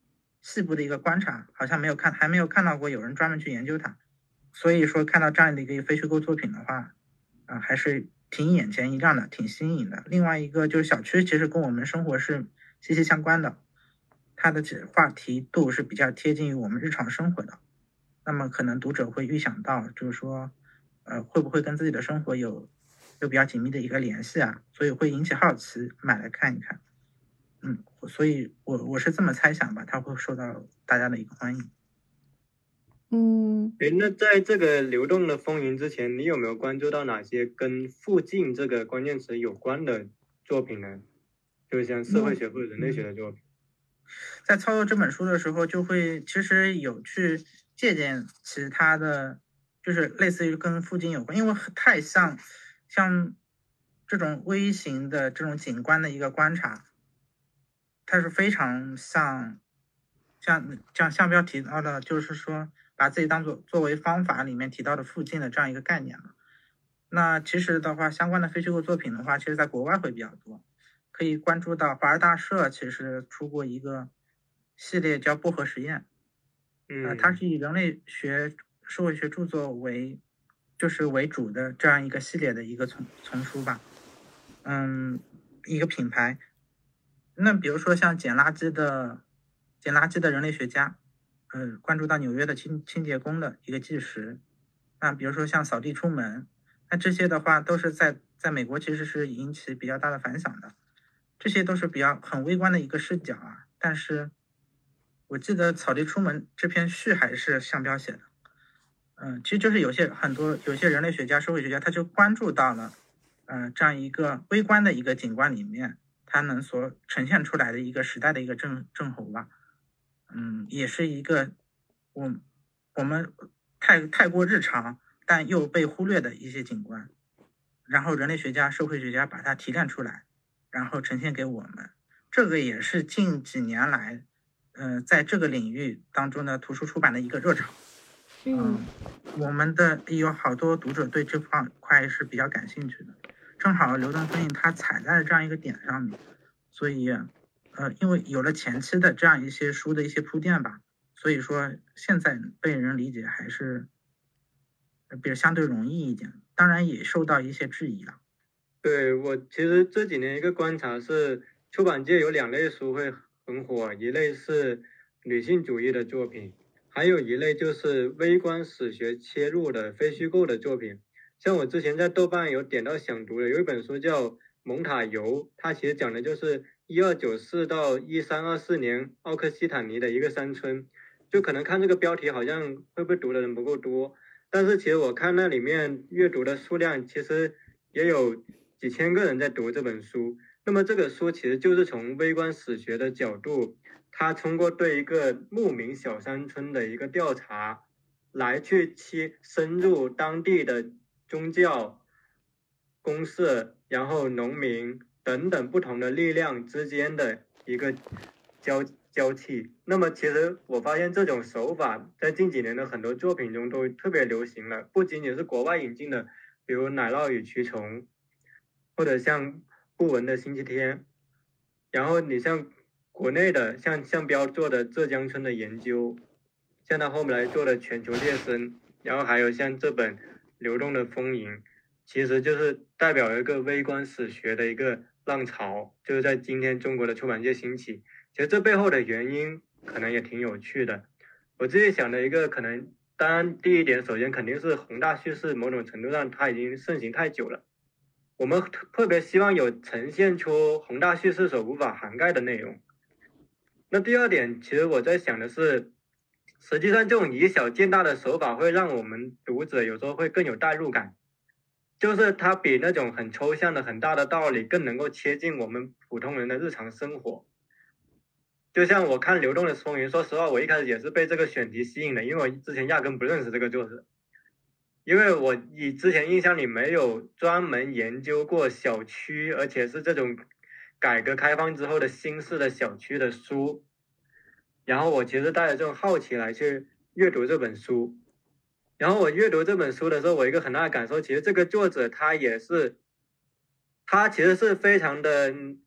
细部的一个观察，好像没有看还没有看到过有人专门去研究它。所以说看到这样的一个非虚构作品的话，啊、呃，还是挺眼前一亮的，挺新颖的。另外一个就是小区其实跟我们生活是息息相关的，它的话题度是比较贴近于我们日常生活的。那么可能读者会预想到，就是说，呃，会不会跟自己的生活有有比较紧密的一个联系啊？所以会引起好奇，买来看一看。嗯，所以我我是这么猜想吧，它会受到大家的一个欢迎。
嗯，
诶，那在这个流动的风云之前，你有没有关注到哪些跟附近这个关键词有关的作品呢？就像社会学或者人类学的作品。
在操作这本书的时候，就会其实有去借鉴其他的，就是类似于跟附近有关，因为太像像这种微型的这种景观的一个观察，它是非常像像像像标提到的，就是说把自己当做作为方法里面提到的附近的这样一个概念嘛。那其实的话，相关的非虚构作品的话，其实在国外会比较多，可以关注到华尔大社其实出过一个系列叫薄荷实验，呃，它是以人类学、社会学著作为就是为主的这样一个系列的一个丛丛书吧，嗯，一个品牌。那比如说像捡垃圾的捡垃圾的人类学家，呃，关注到纽约的清清洁工的一个纪实。那比如说像扫地出门，那这些的话都是在在美国其实是引起比较大的反响的，这些都是比较很微观的一个视角啊。但是我记得扫地出门这篇序还是向标写的，嗯，其实就是有些很多有些人类学家、社会学家他就关注到了，呃，这样一个微观的一个景观里面，它能所呈现出来的一个时代的一个症症候吧，嗯，也是一个我我们太太过日常但又被忽略的一些景观，然后人类学家、社会学家把它提炼出来，然后呈现给我们，这个也是近几年来，呃，在这个领域当中的图书出版的一个热潮。嗯，我们的有好多读者对这方块是比较感兴趣的，正好流动风云它踩在了这样一个点上面，所以，呃，因为有了前期的这样一些书的一些铺垫吧，所以说现在被人理解还是，比如相对容易一点，当然也受到一些质疑了。
对，我其实这几年一个观察是，出版界有两类书会很火，一类是女性主义的作品，还有一类就是微观史学切入的非虚构的作品。像我之前在豆瓣有点到想读的，有一本书叫《蒙塔尤》，它其实讲的就是一二九四到一三二四年奥克西坦尼的一个山村。就可能看这个标题好像会不会读的人不够多，但是其实我看那里面阅读的数量其实也有几千个人在读这本书。那么这个书其实就是从微观史学的角度，他通过对一个牧民小山村的一个调查，来去切深入当地的宗教、公社，然后农民等等不同的力量之间的一个交交替。那么其实我发现这种手法在近几年的很多作品中都特别流行了，不仅仅是国外引进的，比如《奶酪与蛆虫》，或者像布文的《星期天》，然后你像国内的，像向标做的《浙江村的研究》，像他后面来做的《全球猎生》，然后还有像这本《流动的丰盈》，其实就是代表一个微观史学的一个浪潮，就是在今天中国的出版界兴起。其实这背后的原因可能也挺有趣的。我自己想的一个可能，当然第一点，首先肯定是宏大叙事，某种程度上它已经盛行太久了。我们特别希望有呈现出宏大叙事所无法涵盖的内容。那第二点，其实我在想的是，实际上这种以小见大的手法会让我们读者有时候会更有代入感，就是它比那种很抽象的很大的道理更能够切近我们普通人的日常生活。就像我看《流动的风云》，说实话，我一开始也是被这个选题吸引的，因为我之前压根不认识这个作者，因为我以之前印象里没有专门研究过小区，而且是这种改革开放之后的新式的小区的书，然后我其实带着这种好奇来去阅读这本书，然后我阅读这本书的时候，我一个很大的感受，其实这个作者他也是，他其实是非常的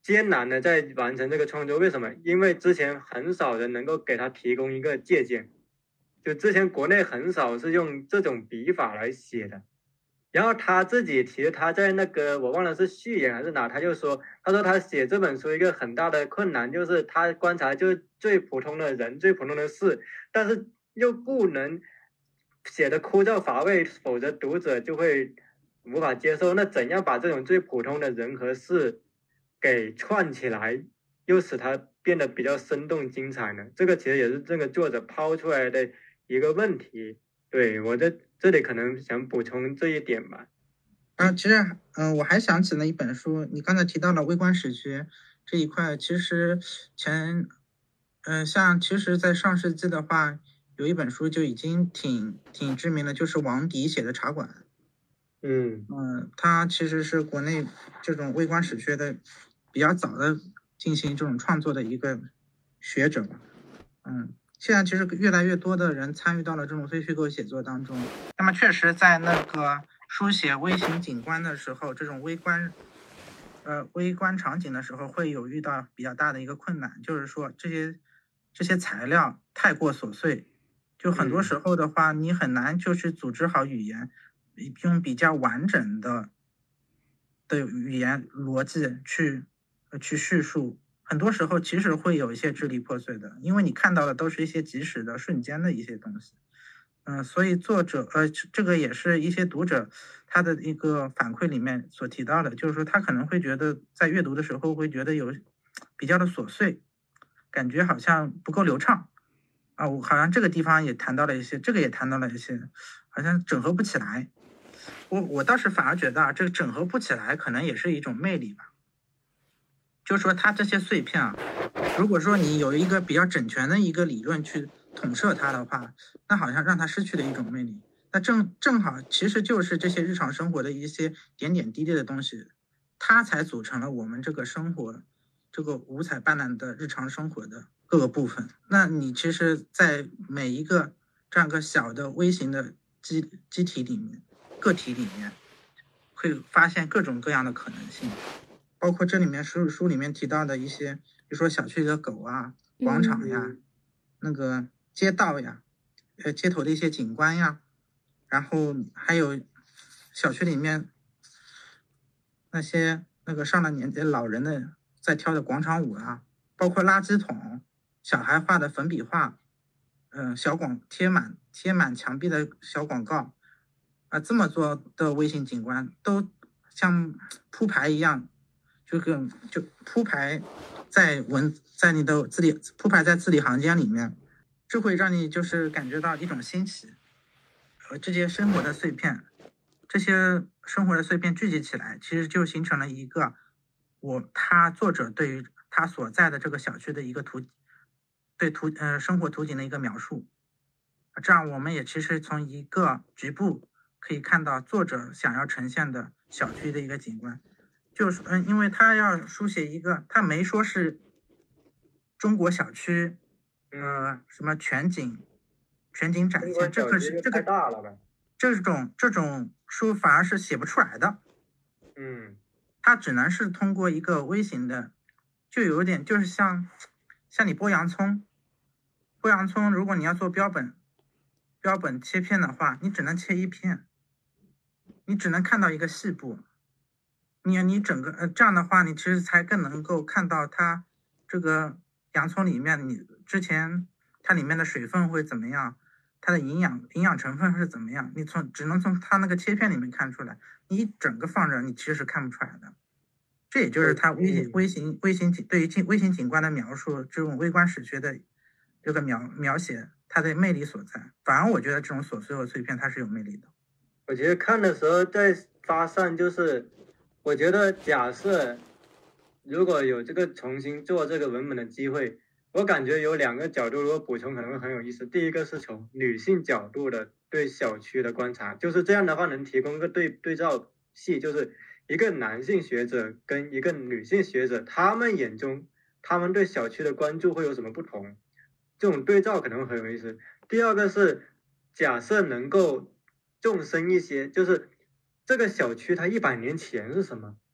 艰难的在完成这个创作。为什么？因为之前很少人能够给他提供一个借鉴，就之前国内很少是用这种笔法来写的。然后他自己其实他在那个我忘了是序言还是哪，他就说，他说他写这本书一个很大的困难就是他观察就是最普通的人最普通的事，但是又不能写的枯燥乏味，否则读者就会无法接受。那怎样把这种最普通的人和事给串起来，又使它变得比较生动精彩呢？这个其实也是这个作者抛出来的一个问题。对，我在这里可能想补充这一点吧。
啊，其实，嗯、呃，我还想起了一本书，你刚才提到了微观史学这一块，其实前，嗯、呃，像其实，在上世纪的话，有一本书就已经挺挺知名的，就是王迪写的《茶馆》。
嗯
嗯、呃，他其实是国内这种微观史学的比较早的进行这种创作的一个学者吧。嗯。现在其实越来越多的人参与到了这种非虚构写作当中。那么确实在那个书写微型景观的时候，这种微观呃微观场景的时候，会有遇到比较大的一个困难，就是说这些这些材料太过琐碎，就很多时候的话，你很难就是组织好语言，用比较完整的的语言逻辑去呃去叙述。很多时候其实会有一些支离破碎的，因为你看到的都是一些即时的瞬间的一些东西。嗯、呃，所以作者呃，这个也是一些读者他的一个反馈里面所提到的，就是说他可能会觉得在阅读的时候会觉得有比较的琐碎，感觉好像不够流畅啊。我好像这个地方也谈到了一些，这个也谈到了一些，好像整合不起来。我我倒是反而觉得啊，这个整合不起来可能也是一种魅力吧。就是说它这些碎片啊，如果说你有一个比较整全的一个理论去统摄它的话，那好像让它失去了一种魅力。那正正好其实就是这些日常生活的一些点点滴滴的东西，它才组成了我们这个生活这个五彩斑斓的日常生活的各个部分。那你其实在每一个这样一个小的微型的机机体里面个体里面，会发现各种各样的可能性。包括这里面书书里面提到的一些，比如说小区里的狗啊、广场呀、
嗯、
那个街道呀、呃街头的一些景观呀，然后还有小区里面那些那个上了年纪的老人的在跳的广场舞啊，包括垃圾桶、小孩画的粉笔画，嗯、呃，小广贴满贴满墙壁的小广告啊、呃，这么多的微型景观都像铺排一样。就跟就铺排在文在你的字里铺排在字里行间里面，这会让你就是感觉到一种新奇。呃，这些生活的碎片，这些生活的碎片聚集起来，其实就形成了一个我他作者对于他所在的这个小区的一个图对图呃生活图景的一个描述。这样我们也其实从一个局部可以看到作者想要呈现的小区的一个景观。就是嗯，因为他要书写一个，他没说是中国小区，呃，什么全景全景展现，这个是这个
太大了吧？
这种这种书反而是写不出来的。
嗯，
它只能是通过一个微型的，就有点就是像像你剥洋葱，剥洋葱，如果你要做标本标本切片的话，你只能切一片，你只能看到一个细部。你你整个呃这样的话，你其实才更能够看到它这个洋葱里面，你之前它里面的水分会怎么样，它的营养营养成分是怎么样，你从只能从它那个切片里面看出来，你整个放着你其实是看不出来的。这也就是它微型微型微型景对于景微型景观的描述，这种微观史学的这个描描写它的魅力所在。反而我觉得这种琐碎和碎片它是有魅力的。
我觉得看的时候在发散就是。我觉得，假设如果有这个重新做这个文本的机会，我感觉有两个角度，如果补充可能会很有意思。第一个是从女性角度的对小区的观察，就是这样的话能提供一个对对照系，就是一个男性学者跟一个女性学者，他们眼中他们对小区的关注会有什么不同？这种对照可能会很有意思。第二个是假设能够纵深一些，就是。这个小区它一百年前是什么？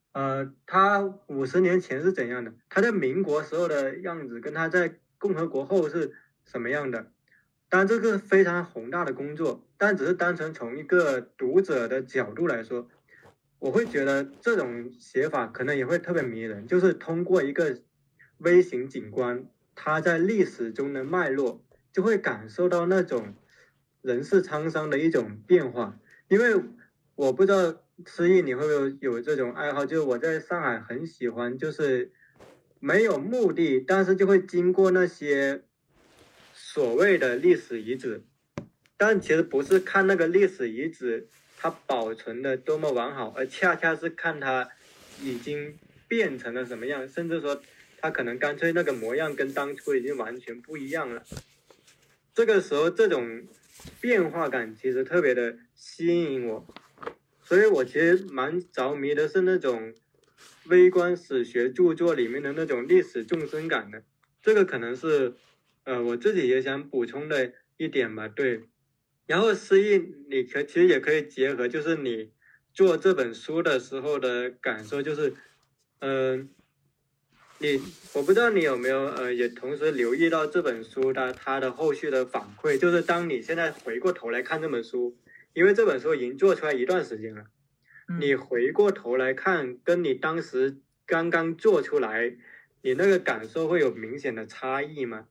呃，他五十年前是怎样的？他在民国时候的样子，跟他在共和国后是什么样的？当然，这个非常宏大的工作，但只是单纯从一个读者的角度来说，我会觉得这种写法可能也会特别迷人，就是通过一个微型景观，它在历史中的脉络，就会感受到那种人世沧桑的一种变化。因为我不知道思义你会不会有这种爱好，就是我在上海很喜欢，就是没有目的，但是就会经过那些所谓的历史遗址，但其实不是看那个历史遗址它保存的多么完好，而恰恰是看它已经变成了什么样，甚至说它可能干脆那个模样跟当初已经完全不一样了。这个时候这种变化感其实特别的吸引我，所以我其实蛮着迷的是那种微观史学著作里面的那种历史纵深感的。这个可能是呃我自己也想补充的一点吧。对，然后思义你可其实也可以结合就是你做这本书的时候的感受，就是嗯、呃你我不知道你有没有呃也同时留意到这本书它它的后续的反馈，就是当你现在回过头来看这本书，因为这本书已经做出来一段时间了，你回过头来看，跟你当时刚刚做出来，你那个感受会有明显的差异吗？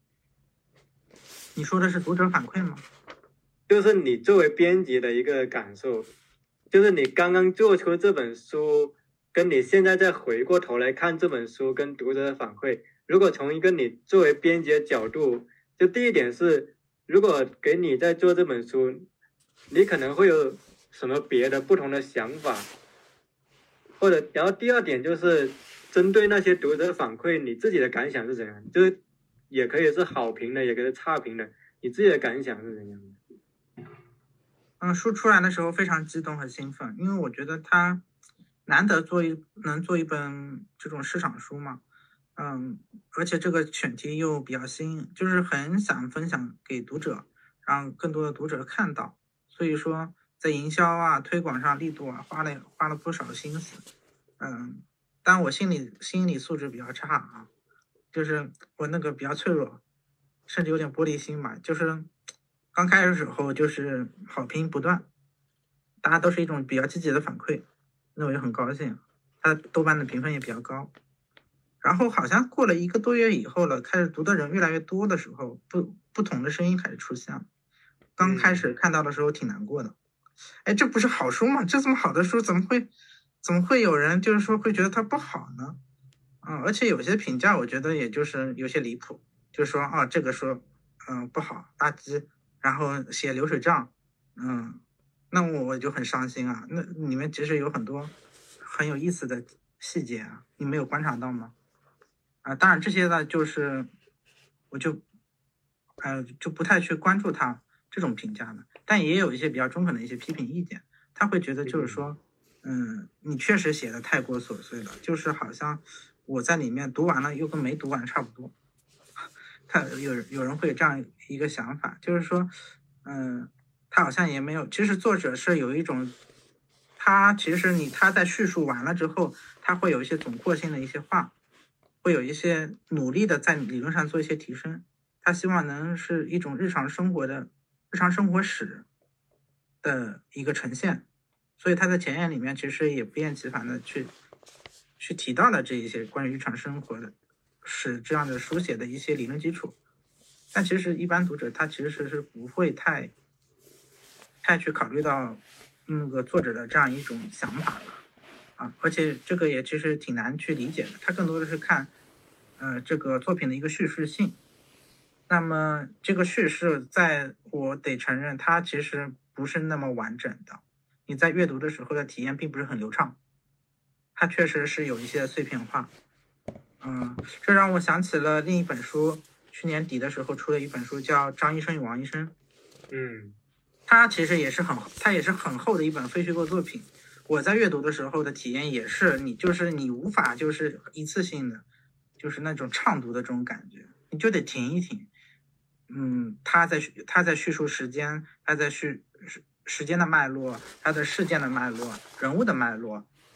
你说的是读者反馈吗？
就是你作为编辑的一个感受，就是你刚刚做出这本书，跟你现在再回过头来看这本书跟读者的反馈，如果从一个你作为编辑的角度，就第一点是，如果给你在做这本书，你可能会有什么别的不同的想法，或者然后第二点就是针对那些读者反馈，你自己的感想是怎样？就是也可以是好评的，也可以是差评的，你自己的感想是怎样的？
嗯，书出来的时候非常激动和兴奋，因为我觉得他难得做一能做一本这种市场书嘛，嗯，而且这个选题又比较新，就是很想分享给读者，让更多的读者看到，所以说在营销啊、推广上力度啊，花了花了不少心思，嗯，但我心理心理素质比较差啊，就是我那个比较脆弱，甚至有点玻璃心吧，就是刚开始的时候就是好评不断，大家都是一种比较积极的反馈，那我就很高兴。它豆瓣的评分也比较高。然后好像过了一个多月以后了，开始读的人越来越多的时候，不不同的声音开始出现了。刚开始看到的时候挺难过的，哎，这不是好书吗？这这么好的书，怎么会怎么会有人就是说会觉得它不好呢？嗯，而且有些评价我觉得也就是有些离谱，就是说啊这个书嗯不好，垃圾，然后写流水账，嗯，那我我就很伤心啊。那里面其实有很多很有意思的细节啊，你没有观察到吗？啊，当然这些呢，就是我就呃就不太去关注他这种评价的，但也有一些比较中肯的一些批评意见，他会觉得就是说，嗯，你确实写的太过琐碎了，就是好像我在里面读完了又跟没读完差不多。他有有人会有这样一个想法，就是说，嗯，他好像也没有，其实作者是有一种，他其实你他在叙述完了之后，他会有一些总括性的一些话，会有一些努力的在理论上做一些提升，他希望能是一种日常生活的日常生活史的一个呈现，所以他在前言里面其实也不厌其烦的去去提到了这一些关于日常生活的史这样的书写的一些理论基础，但其实一般读者他其实是不会太太去考虑到那个作者的这样一种想法的啊，而且这个也其实挺难去理解的，他更多的是看呃这个作品的一个叙事性。那么这个叙事在我得承认它其实不是那么完整的，你在阅读的时候的体验并不是很流畅，它确实是有一些碎片化。嗯，这让我想起了另一本书，去年底的时候出了一本书叫《张医生与王医生》。
嗯，
它其实也是很它也是很厚的一本非虚构作品。我在阅读的时候的体验也是，你就是你无法就是一次性的就是那种畅读的这种感觉，你就得停一停。嗯，他在他在叙述时间，他在叙时间的脉络，他的事件的脉络，人物的脉络，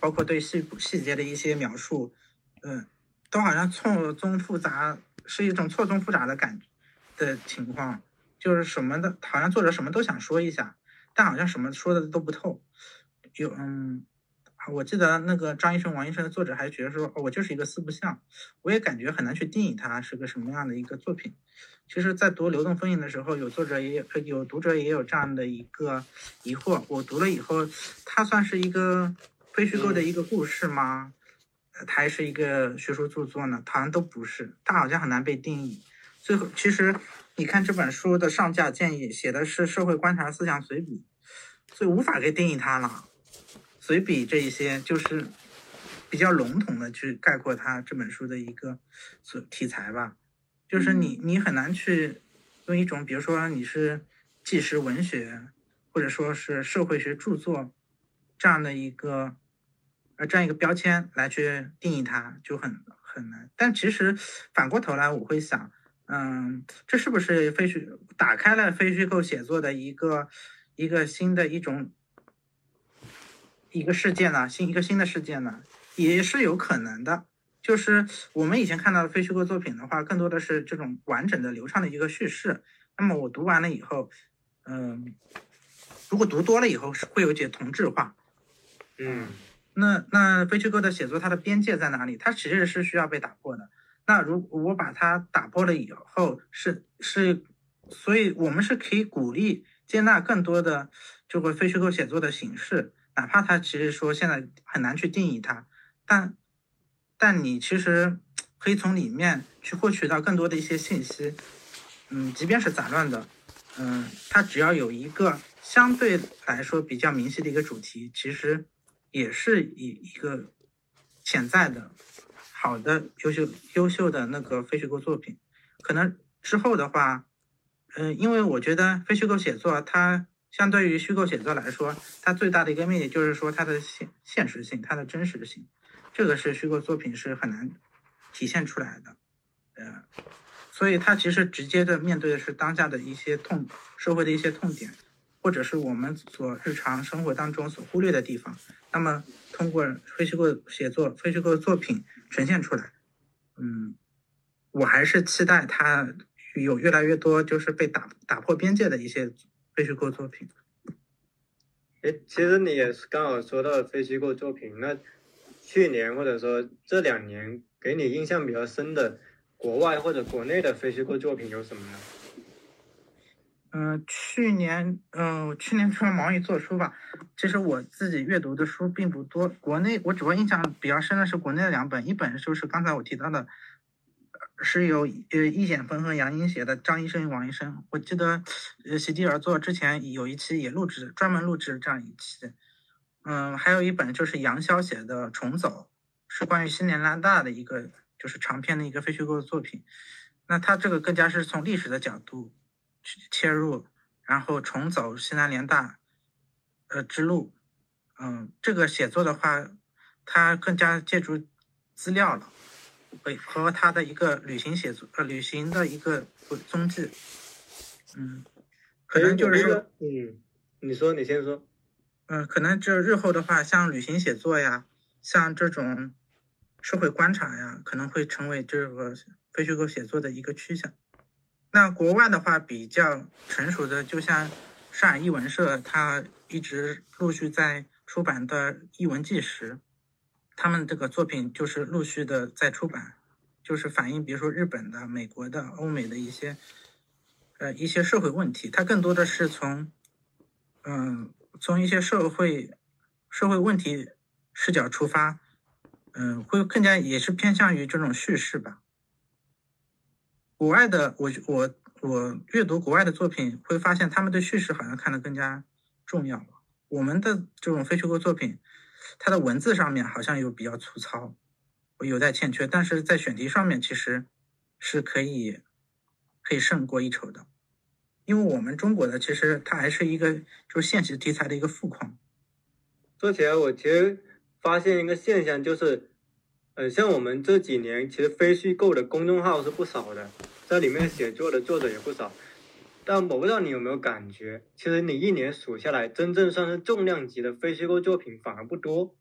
包括对细细节的一些描述，嗯，都好像错综复杂，是一种错综复杂的感觉的情况，就是什么的，好像作者什么都想说一下，但好像什么说的都不透。有嗯，我记得那个张医生、王医生的作者还觉得说，哦，我就是一个四不像，我也感觉很难去定义它是个什么样的一个作品。其实，在读《流动风影》的时候，有作者也有有读者也有这样的一个疑惑。我读了以后，它算是一个非虚构的一个故事吗？它还是一个学术著作呢？好像都不是，它好像很难被定义。最后，其实你看这本书的上架建议写的是社会观察思想随笔，所以无法给定义它了。随笔这一些就是比较笼统的去概括它这本书的一个题材吧。就是你你很难去用一种比如说你是纪实文学或者说是社会学著作这样的一个呃这样一个标签来去定义它，就很很难。但其实反过头来我会想，嗯，这是不是非虚打开了非虚构写作的一个一个新的一种一个世界呢？新一个新的世界呢？也是有可能的。就是我们以前看到的非虚构作品的话，更多的是这种完整的流畅的一个叙事。那么我读完了以后，嗯，如果读多了以后是会有点同质化。
嗯，
那那非虚构的写作它的边界在哪里？它其实是需要被打破的。那如果我把它打破了以后，是是，所以我们是可以鼓励接纳更多的这个非虚构写作的形式，哪怕它其实说现在很难去定义它，但。但你其实可以从里面去获取到更多的一些信息，嗯，即便是杂乱的，嗯，它只要有一个相对来说比较明晰的一个主题，其实也是一一个潜在的好的优秀优秀的那个非虚构作品。可能之后的话，嗯，因为我觉得非虚构写作它相对于虚构写作来说，它最大的一个魅力就是说它的现现实性，它的真实性。这个是虚构作品是很难体现出来的，呃，所以它其实直接的面对的是当下的一些痛，社会的一些痛点，或者是我们所日常生活当中所忽略的地方。那么通过非虚构写作、非虚构作品呈现出来，嗯，我还是期待它有越来越多就是被打打破边界的一些非虚构作品。
哎，其实你也是刚好说到了非虚构作品，那去年或者说这两年给你印象比较深的国外或者国内的非虚构作品有什么呢？
嗯、呃，去年，嗯、呃，去年除了毛宇做书吧，其实我自己阅读的书并不多。国内我主要印象比较深的是国内的两本，一本就是刚才我提到的，是由呃易简峰和杨英写的《张医生、王医生》。我记得，呃，席地而坐之前有一期也录制，专门录制这样一期。嗯，还有一本就是杨潇写的《重走》，是关于新年拉大的一个就是长篇的一个非虚构的作品。那它这个更加是从历史的角度去切入，然后重走西南联大呃之路。嗯，这个写作的话，它更加借助资料了，和他的一个旅行写作呃旅行的一个踪迹。嗯，可能就是说，
嗯，你说，你先说。
嗯，可能这日后的话，像旅行写作呀，像这种社会观察呀，可能会成为这个非虚构写作的一个趋向。那国外的话，比较成熟的，就像上海译文社，它一直陆续在出版的译文纪实，他们这个作品就是陆续的在出版，就是反映比如说日本的、美国的、欧美的一些呃一些社会问题，它更多的是从嗯。从一些社会社会问题视角出发，嗯、呃，会更加也是偏向于这种叙事吧。国外的我我我阅读国外的作品，会发现他们对叙事好像看得更加重要。我们的这种非虚构作品，它的文字上面好像有比较粗糙，有待欠缺，但是在选题上面其实是可以可以胜过一筹的。因为我们中国的其实它还是一个就是现实题材的一个富矿。
说起来，我其实发现一个现象，就是，呃，像我们这几年其实非虚构的公众号是不少的，在里面写作的作者也不少。但我不知道你有没有感觉，其实你一年数下来，真正算是重量级的非虚构作品反而不多。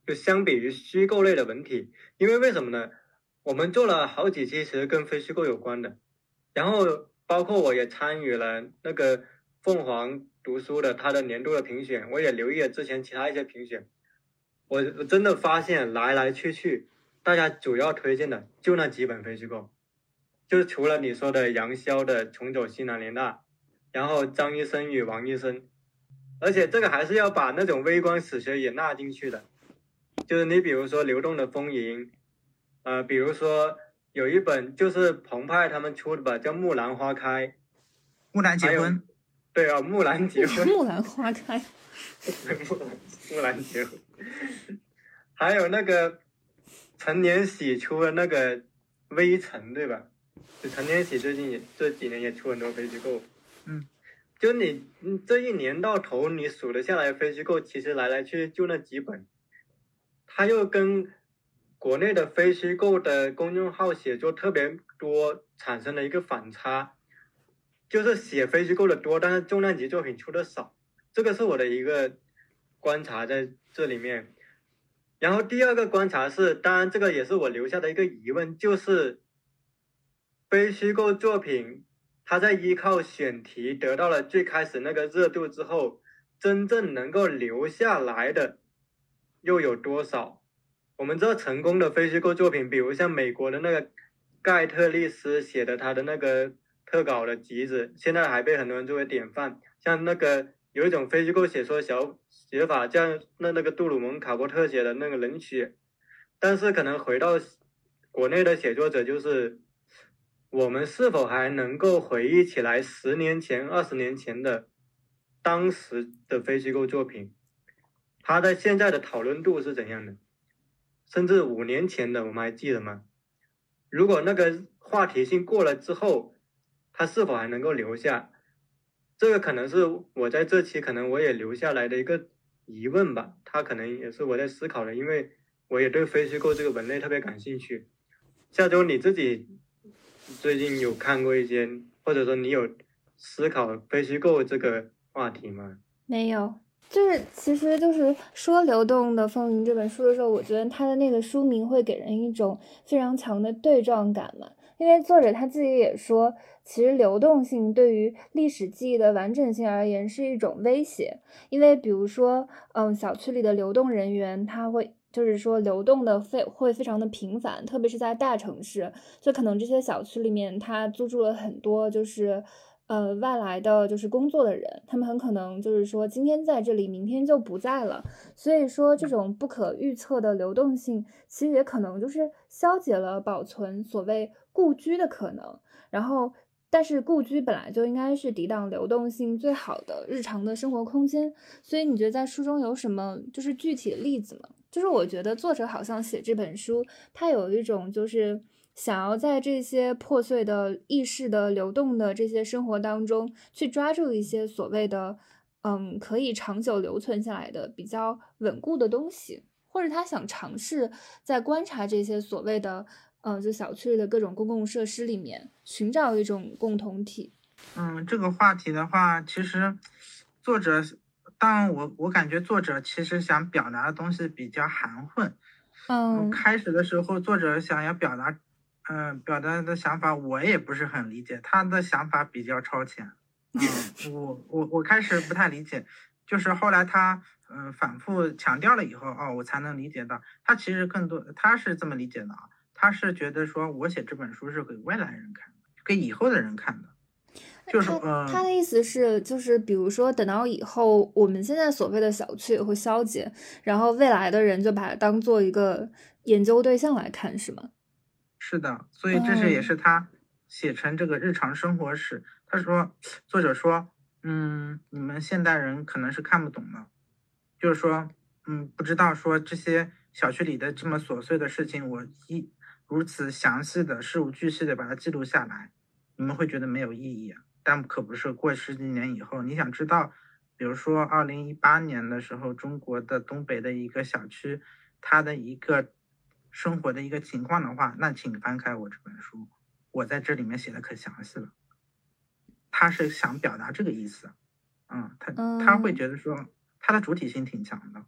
就相比于虚构类的文体，因为为什么呢？我们做了好几期其实跟非虚构有关的，然后包括我也参与了那个凤凰读书的它的年度的评选，我也留意了之前其他一些评选，我我真的发现来来去去，大家主要推荐的就那几本非虚构，就是除了你说的杨逍的《重走西南联大》，然后张一生与王医生，而且这个还是要把那种微观史学也纳进去的，就是你比如说《流动的丰盈》，呃，比如说有一本就是澎湃他们出的吧，叫《木兰花开》，
木兰结婚，
对啊，木兰结婚，
木兰花开，
木兰木兰结婚，还有那个陈年喜出的那个《微尘》，对吧？就陈年喜最近也这几年也出很多非虚构，
嗯，
就你这一年到头你数得下来非虚构，其实来来去去就那几本，它又跟国内的非虚构的公众号写作特别多产生了一个反差，就是写非虚构的多，但是重量级作品出的少，这个是我的一个观察在这里面。然后第二个观察是，当然这个也是我留下的一个疑问，就是非虚构作品它在依靠选题得到了最开始那个热度之后，真正能够留下来的又有多少？我们知道成功的非虚构作品，比如像美国的那个盖特利斯写的他的那个特稿的集子，现在还被很多人作为典范。像那个有一种非虚构写作小写法，像那那个杜鲁门卡波特写的那个冷血，但是可能回到国内的写作者，就是我们是否还能够回忆起来十年前、二十年前的当时的非虚构作品，它在现在的讨论度是怎样的？甚至五年前的我们还记得吗？如果那个话题性过了之后，它是否还能够留下？这个可能是我在这期可能我也留下来的一个疑问吧，它可能也是我在思考的，因为我也对非虚构这个文类特别感兴趣。下周你自己最近有看过一些，或者说你有思考非虚构这个话题吗？
没有，就是其实就是说《流动的风云》这本书的时候，我觉得它的那个书名会给人一种非常强的对撞感嘛，因为作者他自己也说，其实流动性对于历史记忆的完整性而言是一种威胁，因为比如说，嗯，小区里的流动人员，他会就是说流动的非会非常的频繁，特别是在大城市，就可能这些小区里面他租住了很多就是呃外来的就是工作的人，他们很可能就是说今天在这里，明天就不在了，所以说这种不可预测的流动性，其实也可能就是消解了保存所谓故居的可能，然后。但是故居本来就应该是抵挡流动性最好的日常的生活空间，所以你觉得在书中有什么就是具体的例子吗？就是我觉得作者好像写这本书，他有一种就是想要在这些破碎的意识的流动的这些生活当中，去抓住一些所谓的嗯可以长久留存下来的比较稳固的东西，或者他想尝试在观察这些所谓的嗯就小区里的各种公共设施里面寻找一种共同体。
嗯，这个话题的话，其实作者，但我我感觉作者其实想表达的东西比较含混。
嗯，
开始的时候作者想要表达，嗯、呃，表达的想法我也不是很理解，他的想法比较超前。嗯，我我我开始不太理解，就是后来他嗯、呃、反复强调了以后，哦，我才能理解到他其实更多他是这么理解的啊，他是觉得说我写这本书是给未来人看的，给以后的人看的。就是
他
呃，
他的意思是，就是比如说，等到以后我们现在所谓的小区也会消解，然后未来的人就把它当做一个研究对象来看，是吗？
是的，所以这是也是他写成这个日常生活史。他说，作者说，嗯，你们现代人可能是看不懂的，就是说，嗯，不知道说这些小区里的这么琐碎的事情，我一如此详细的事无巨细的把它记录下来，你们会觉得没有意义啊。但可不是，过十几年以后，你想知道，比如说二零一八年的时候，中国的东北的一个小区，它的一个生活的一个情况的话，那请翻开我这本书，我在这里面写的可详细了。他是想表达这个意思，嗯，他他会觉得说他的主体性挺强的，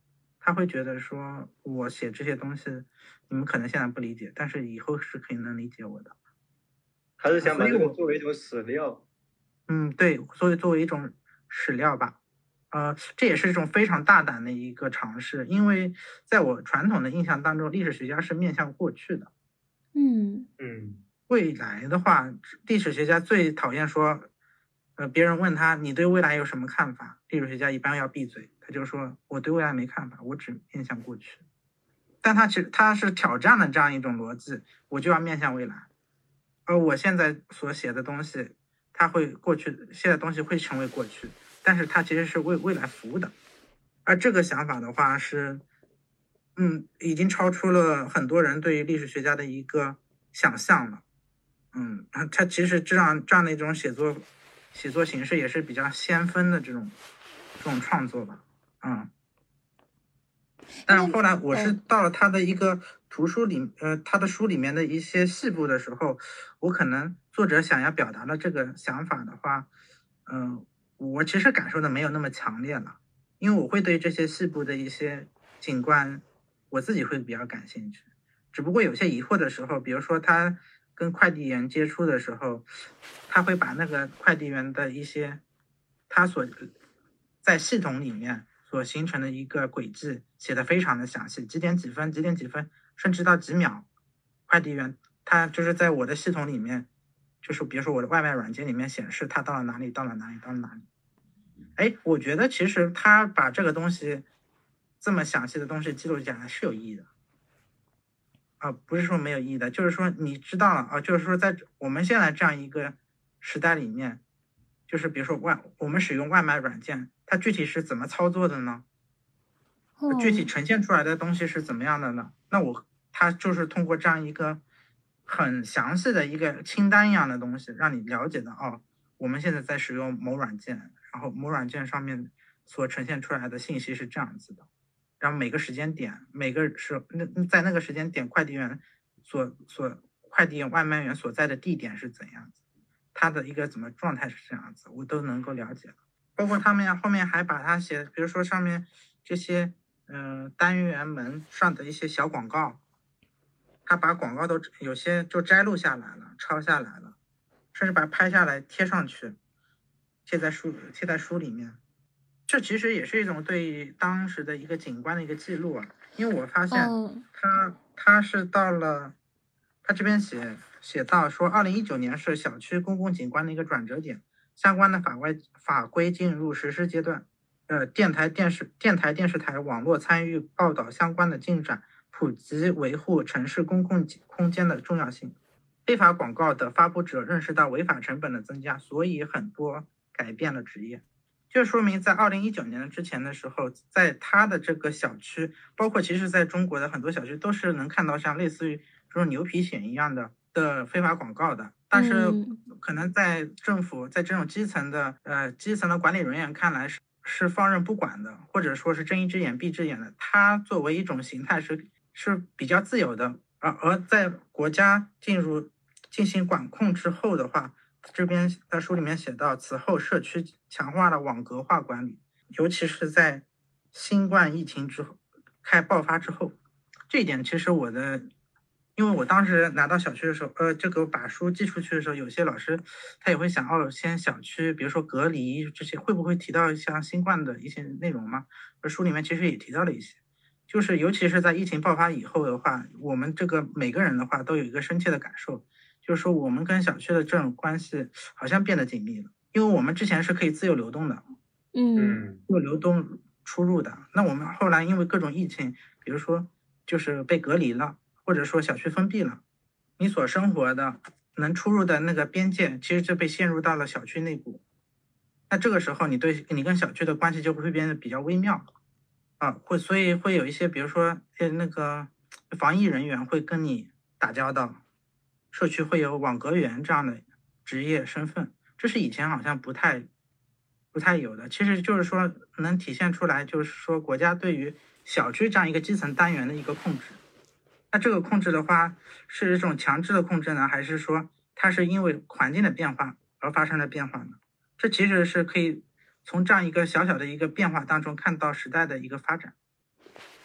他会觉得说我写这些东西你们可能现在不理解，但是以后是可以能理解我的。
还是想把这个作为一种史料。
嗯，对，所以作为一种史料吧。呃，这也是一种非常大胆的一个尝试，因为在我传统的印象当中，历史学家是面向过去的。
嗯
嗯，
未来的话，历史学家最讨厌说，呃，别人问他你对未来有什么看法，历史学家一般要闭嘴，他就说我对未来没看法，我只面向过去。但他其实他是挑战了这样一种逻辑，我就要面向未来，而我现在所写的东西，它会过去，现在东西会成为过去，但是它其实是为未来服务的。而这个想法的话是，嗯，已经超出了很多人对于历史学家的一个想象了。嗯，它其实这样这样的一种写作写作形式也是比较先锋的这种这种创作吧。嗯，但是后来我是到了他的一个图书里，呃，他的书里面的一些细部的时候，我可能作者想要表达的这个想法的话，嗯、呃，我其实感受的没有那么强烈了，因为我会对这些细部的一些景观，我自己会比较感兴趣。只不过有些疑惑的时候，比如说他跟快递员接触的时候，他会把那个快递员的一些他所在系统里面所形成的一个轨迹写得非常的详细，几点几分几点几分甚至到几秒，快递员他就是在我的系统里面，就是比如说我的外卖软件里面显示他到了哪里到了哪里到了哪里。哎，我觉得其实他把这个东西这么详细的东西记录下来是有意义的啊、呃，不是说没有意义的，就是说你知道了啊、呃，就是说在我们现在这样一个时代里面，就是比如说外我们使用外卖软件，它具体是怎么操作的呢？具体呈现出来的东西是怎么样的呢？那我它就是通过这样一个很详细的一个清单一样的东西，让你了解到哦，我们现在在使用某软件，然后某软件上面所呈现出来的信息是这样子的，然后每个时间点，每个是那在那个时间点，快递员所所快递员外卖员所在的地点是怎样子，他的一个怎么状态是这样子，我都能够了解。包括他们后面还把它写，比如说上面这些嗯、呃、单元门上的一些小广告，他把广告都有些就摘录下来了，抄下来了，甚至把它拍下来贴上去，贴在书贴在书里面。这其实也是一种对当时的一个景观的一个记录啊，因为我发现他他是到了他这边写写到说，二零一九年是小区公共景观的一个转折点，相关的法规法规进入实施阶段，呃，电台电视电台电视台网络参与报道相关的进展，普及维护城市公共空间的重要性。非法广告的发布者认识到违法成本的增加，所以很多改变了职业。就说明在二零一九年之前的时候，在他的这个小区，包括其实在中国的很多小区都是能看到像类似于这种牛皮癣一样的的非法广告的，但是可能在政府在这种基层的呃基层的管理人员看来是是放任不管的，或者说是睁一只眼闭一只眼的。它作为一种形态是是比较自由的，而而在国家进入进行管控之后的话，这边在书里面写到，此后社区强化了网格化管理，尤其是在新冠疫情之后开爆发之后，这一点其实我的，因为我当时拿到小区的时候，呃，这个把书寄出去的时候，有些老师他也会想，哦，先小区，比如说隔离这些，会不会提到像新冠的一些内容吗？而书里面其实也提到了一些，就是尤其是在疫情爆发以后的话，我们这个每个人的话都有一个深切的感受。就是说我们跟小区的这种关系好像变得紧密了，因为我们之前是可以自由流动的，
嗯，
自由流动出入的。那我们后来因为各种疫情，比如说就是被隔离了，或者说小区封闭了，你所生活的能出入的那个边界，其实就被陷入到了小区内部。那这个时候，你对你跟小区的关系就会变得比较微妙啊，会所以会有一些，比如说呃那个防疫人员会跟你打交道。社区会有网格员这样的职业身份，这是以前好像不太不太有的。其实就是说能体现出来，就是说国家对于小区这样一个基层单元的一个控制。那这个控制的话，是一种强制的控制呢，还是说它是因为环境的变化而发生的变化呢？这其实是可以从这样一个小小的一个变化当中看到时代的一个发展。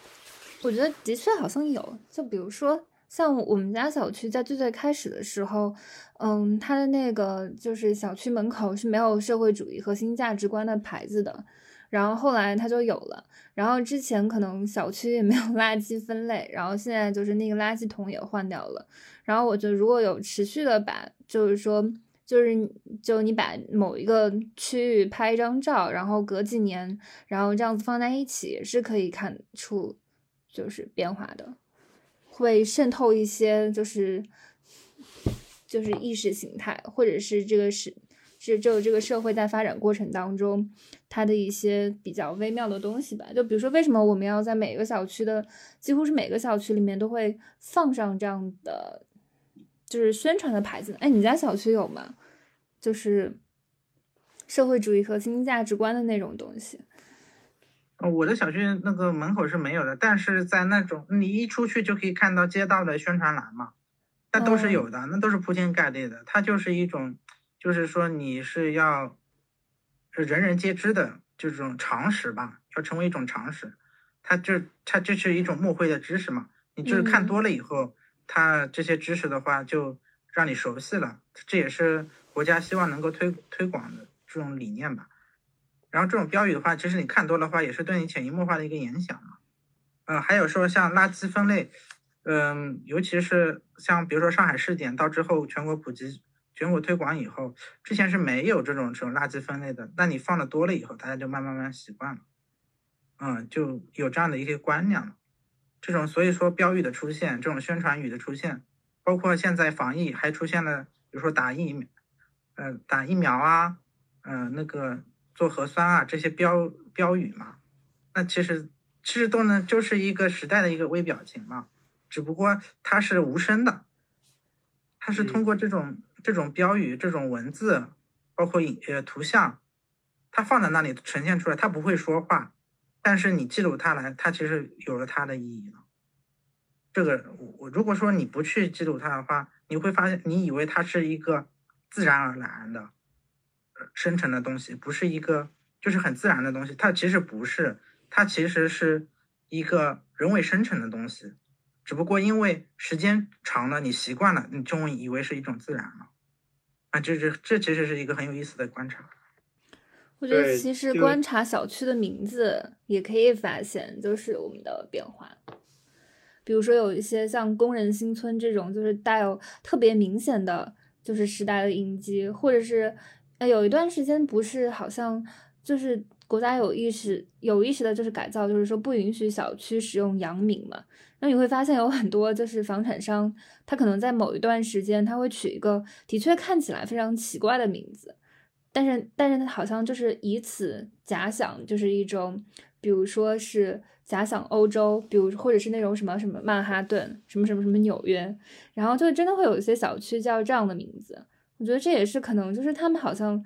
我觉得的确好像有，就比如说像我们家小区在最最开始的时候，嗯，它的那个就是小区门口是没有社会主义核心价值观的牌子的，然后后来它就有了，然后之前可能小区也没有垃圾分类，然后现在就是那个垃圾桶也换掉了，然后我觉得如果有持续的把，就是说。就是就你把某一个区域拍一张照，然后隔几年，然后这样子放在一起，也是可以看出就是变化的，会渗透一些就是就是意识形态，或者是这个是是就这个社会在发展过程当中它的一些比较微妙的东西吧。就比如说为什么我们要在每个小区的几乎是每个小区里面都会放上这样的就是宣传的牌子呢？哎，你家小区有吗？就是社会主义核心价值观的那种东西。
我的小区那个门口是没有的，但是在那种你一出去就可以看到街道的宣传栏嘛，那都是有的，那都是铺天盖地的。它就是一种，就是说你是要是人人皆知的这种常识吧，要成为一种常识。它就它这是一种默会的知识嘛，你就是看多了以后，嗯、它这些知识的话就让你熟悉了，这也是国家希望能够推推广的这种理念吧。然后这种标语的话，其实你看多的话，也是对你潜移默化的一个影响嘛。呃，还有说像垃圾分类，嗯、呃，尤其是像比如说上海试点到之后全国普及、全国推广以后，之前是没有这种这种垃圾分类的。那你放的多了以后，大家就慢慢慢习惯了，嗯，就有这样的一些观念了。这种所以说标语的出现，这种宣传语的出现，包括现在防疫还出现了，比如说打疫苗，呃，打疫苗啊，嗯、呃，那个。做核酸啊，这些标标语嘛，那其实其实都能就是一个时代的一个微表情嘛，只不过它是无声的，它是通过这种、嗯、这种标语、这种文字，包括影呃图像，它放在那里呈现出来，它不会说话，但是你记录它来，它其实有了它的意义了。这个我如果说你不去记录它的话，你会发现你以为它是一个自然而然的。生成的东西不是一个就是很自然的东西，它其实不是，它其实是一个人为生成的东西，只不过因为时间长了，你习惯了，你就以为是一种自然了。啊，这这这其实是一个很有意思的观察。
我觉得其实观察小区的名字也可以发现，就是我们的变化。比如说有一些像工人新村这种，就是带有特别明显的就是时代的印记，或者是。呃，有一段时间不是好像就是国家有意识有意识的，就是改造，就是说不允许小区使用洋名嘛。那你会发现有很多就是房产商，他可能在某一段时间他会取一个的确看起来非常奇怪的名字，但是但是他好像就是以此假想，就是一种，比如说是假想欧洲，比如或者是那种什么什么曼哈顿，什么什么什么纽约，然后就真的会有一些小区叫这样的名字。我觉得这也是可能，就是他们好像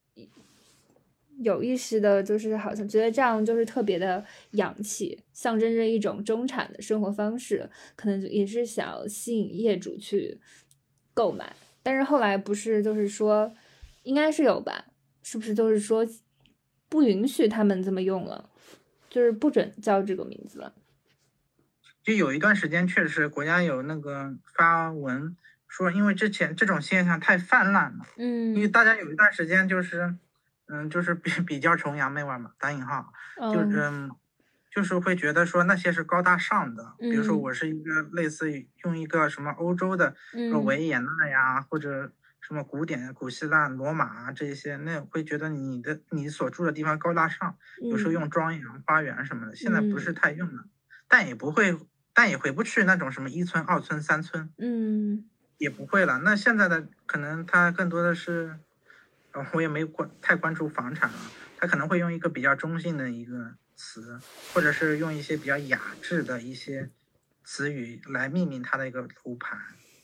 有意识的，就是好像觉得这样就是特别的洋气，象征着一种中产的生活方式，可能也是想吸引业主去购买。但是后来不是就是说，应该是有吧？是不是就是说不允许他们这么用了，就是不准叫这个名字了？
就有一段时间，确实国家有那个发文。说因为之前这种现象太泛滥了，
嗯，
因为大家有一段时间就是，嗯，就是比比较崇洋媚外嘛，打引号，就嗯，就是会觉得说那些是高大上的，
嗯、
比如说我是一个类似于用一个什么欧洲的，说维也纳呀，或者什么古典古希腊罗马啊这些，那会觉得你的你所住的地方高大上，有时候用庄园花园什么的，现在不是太用了，但也不会，但也回不去那种什么一村二村三村，
嗯。
也不会了。那现在的可能它更多的是，呃，我也没关太关注房产了，它可能会用一个比较中性的一个词，或者是用一些比较雅致的一些词语来命名它的一个楼盘。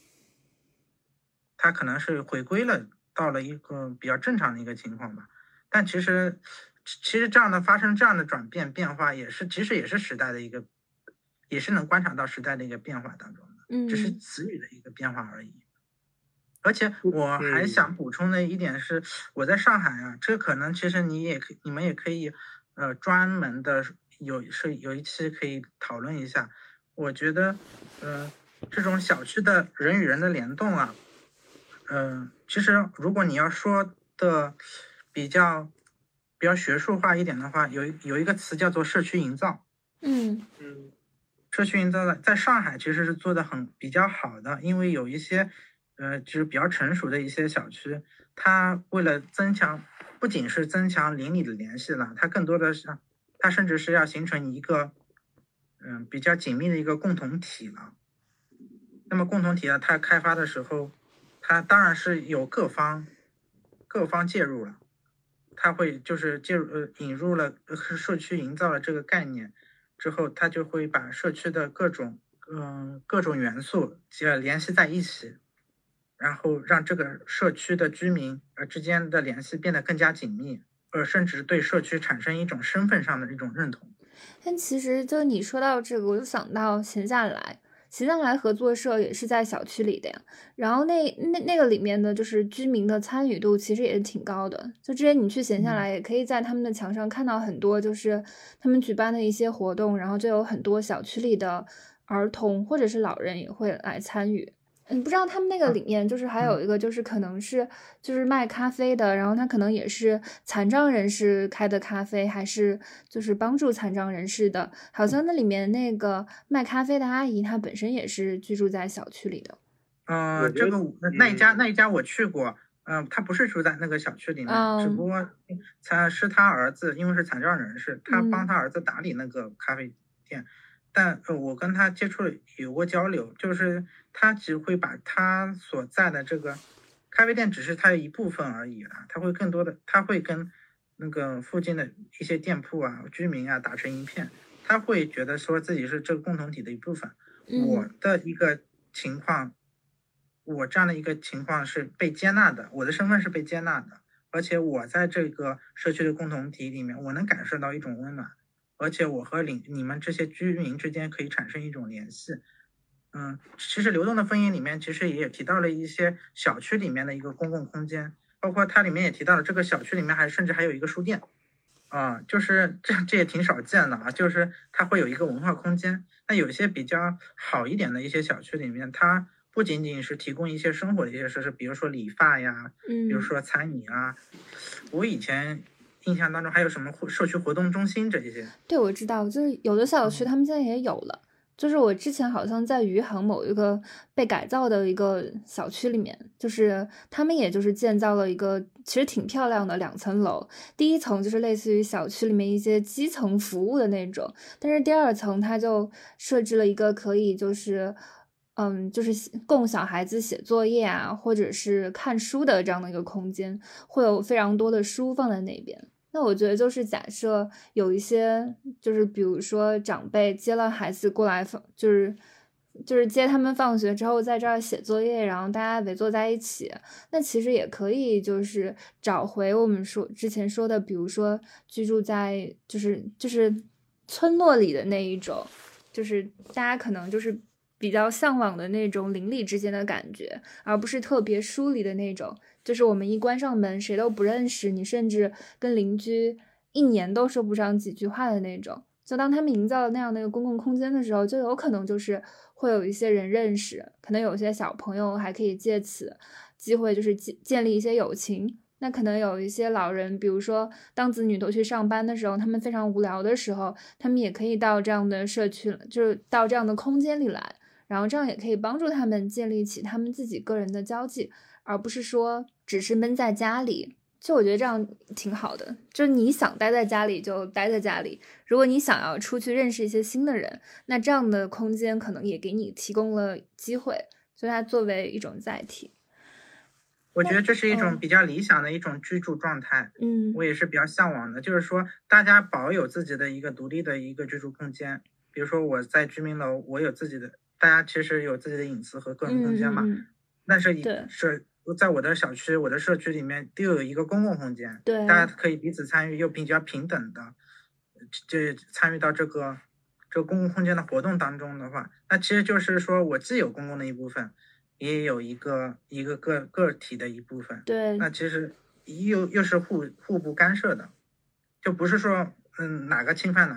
它可能是回归了到了一个比较正常的一个情况吧。但其实，其实这样的发生这样的转变变化，也是其实也是时代的一个，也是能观察到时代的一个变化当中的。只是词语的一个变化而已。而且我还想补充的一点是，我在上海啊，这可能其实你也可你们也可以，呃，专门的有是有一期可以讨论一下。我觉得，呃，这种小区的人与人的联动啊，嗯、呃，其实如果你要说的比较比较学术化一点的话，有有一个词叫做社区营造。
嗯
嗯，
社区营造的在上海其实是做的很比较好的，因为有一些呃就是比较成熟的一些小区，它为了增强，不仅是增强邻里的联系了，它更多的是它甚至是要形成一个嗯、呃、比较紧密的一个共同体了。那么共同体呢，它开发的时候，它当然是有各方各方介入了，它会就是介入呃引入了社区营造了这个概念之后，它就会把社区的各种嗯、呃、各种元素呃联系在一起，然后让这个社区的居民呃之间的联系变得更加紧密，呃甚至对社区产生一种身份上的一种认同。
但其实就你说到这个，我就想到闲下来。闲下来合作社也是在小区里的呀，然后那那那个里面的就是居民的参与度其实也是挺高的。就之前你去闲下来，也可以在他们的墙上看到很多就是他们举办的一些活动，然后就有很多小区里的儿童或者是老人也会来参与。嗯，不知道他们那个里面就是还有一个就是可能是就是卖咖啡的，然后他可能也是残障人士开的咖啡，还是就是帮助残障人士的。好像那里面那个卖咖啡的阿姨，她本身也是居住在小区里的。
嗯、呃，这个那一家那一家我去过，嗯、呃，他不是住在那个小区里面，嗯、只不过他是他儿子，因为是残障人士，他帮他儿子打理那个咖啡店。嗯但呃，我跟他接触有过交流，就是他只会把他所在的这个咖啡店只是他的一部分而已啦，他会更多的，他会跟那个附近的一些店铺啊、居民啊打成一片，他会觉得说自己是这个共同体的一部分。嗯、我的一个情况，我这样的一个情况是被接纳的，我的身份是被接纳的，而且我在这个社区的共同体里面，我能感受到一种温暖。而且我和你你们这些居民之间可以产生一种联系。嗯，其实流动的婚姻里面其实也提到了一些小区里面的一个公共空间，包括它里面也提到了这个小区里面还甚至还有一个书店啊，就是这这也挺少见的啊，就是它会有一个文化空间。那有一些比较好一点的一些小区里面，它不仅仅是提供一些生活的一些设施，比如说理发呀，比如说餐饮啊。我以前印象当中还有什么社区活动中心这些？
对，我知道，就是有的小区他们现在也有了。嗯、就是我之前好像在余杭某一个被改造的一个小区里面，就是他们也就是建造了一个其实挺漂亮的两层楼。第一层就是类似于小区里面一些基层服务的那种，但是第二层它就设置了一个可以就是嗯，就是供小孩子写作业啊，或者是看书的这样的一个空间，会有非常多的书放在那边。那我觉得就是假设有一些就是比如说长辈接了孩子过来放，就是就是接他们放学之后在这儿写作业，然后大家围坐在一起，那其实也可以就是找回我们说之前说的，比如说居住在就是就是村落里的那一种，就是大家可能就是比较向往的那种邻里之间的感觉，而不是特别疏离的那种。就是我们一关上门谁都不认识，你甚至跟邻居一年都说不上几句话的那种。就当他们营造了那样的一个公共空间的时候，就有可能就是会有一些人认识，可能有些小朋友还可以借此机会就是建立一些友情。那可能有一些老人，比如说当子女都去上班的时候，他们非常无聊的时候，他们也可以到这样的社区，就是到这样的空间里来，然后这样也可以帮助他们建立起他们自己个人的交际，而不是说只是闷在家里。就我觉得这样挺好的，就是你想待在家里就待在家里，如果你想要出去认识一些新的人，那这样的空间可能也给你提供了机会，所以它作为一种载体。
我觉得这是一种比较理想的一种居住状态，
嗯，
我也是比较向往的，就是说大家保有自己的一个独立的一个居住空间。比如说我在居民楼，我有自己的，大家其实有自己的隐私和个人空间嘛，
嗯、
但是是在我的小区、我的社区里面都有一个公共空间，
对，
大家可以彼此参与，又比较平等的，这参与到这个这个公共空间的活动当中的话，那其实就是说我既有公共的一部分，也有一个一个个个体的一部分，
对，
那其实又又是互互不干涉的，就不是说嗯哪个侵犯哪个，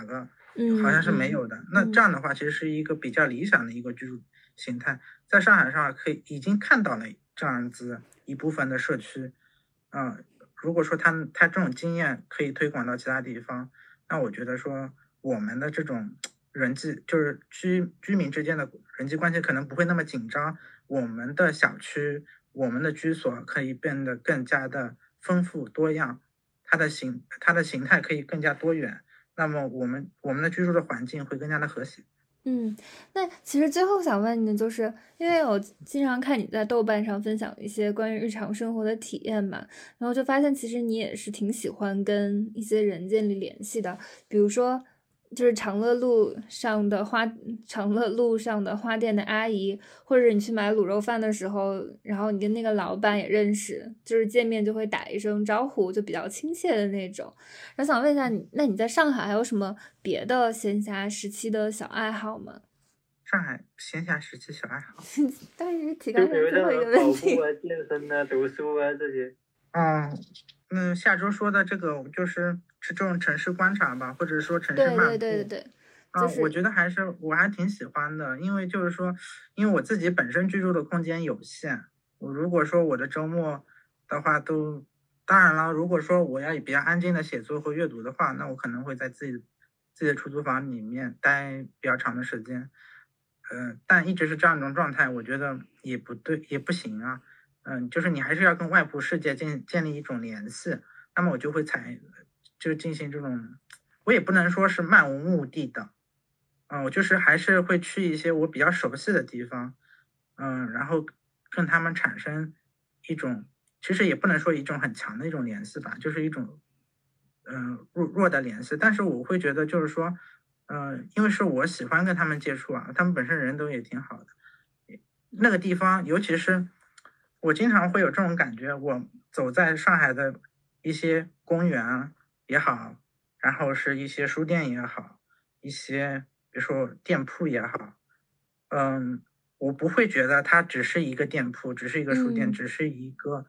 嗯，
好像是没有的。
嗯、
那这样的话，其实是一个比较理想的一个居住形态。在上海上可以已经看到了这样子一部分的社区，嗯、呃，如果说他他这种经验可以推广到其他地方，那我觉得说我们的这种人际就是居居民之间的人际关系可能不会那么紧张，我们的小区我们的居所可以变得更加的丰富多样，它的形它的形态可以更加多元，那么我们我们的居住的环境会更加的和谐。
嗯，那其实最后想问你的就是，因为我经常看你在豆瓣上分享一些关于日常生活的体验嘛，然后就发现其实你也是挺喜欢跟一些人建立联系的，比如说就是长乐路上的花，长乐路上的花店的阿姨，或者你去买卤肉饭的时候，然后你跟那个老板也认识，就是见面就会打一声招呼，就比较亲切的那种。然后想问一下你，那你在上海还有什么别的闲暇时期的小爱好吗？
上海闲暇时期小爱好，
但是提
就
纲上最后一
比如像
个问题。
跑步啊、健身啊、读书啊这些。
嗯，那下周说的这个就是是这种城市观察吧，或者说城市
对
漫步。
对对对对，
啊，
就是
我觉得还是我还挺喜欢的，因为就是说，因为我自己本身居住的空间有限，我如果说我的周末的话都，当然了，如果说我要比较安静的写作和阅读的话，那我可能会在自己自己的出租房里面待比较长的时间，呃，但一直是这样一种状态，我觉得也不对，也不行啊。嗯，就是你还是要跟外部世界建建立一种联系，那么我就会采就进行这种，我也不能说是漫无目的的。嗯，我就是还是会去一些我比较熟悉的地方，嗯，然后跟他们产生一种，其实也不能说一种很强的一种联系吧，就是一种，嗯，弱弱的联系。但是我会觉得就是说，嗯，因为是我喜欢跟他们接触啊，他们本身人都也挺好的，那个地方，尤其是我经常会有这种感觉，我走在上海的一些公园也好，然后是一些书店也好，一些比如说店铺也好，嗯，我不会觉得它只是一个店铺，只是一个书店，
嗯
只是一个，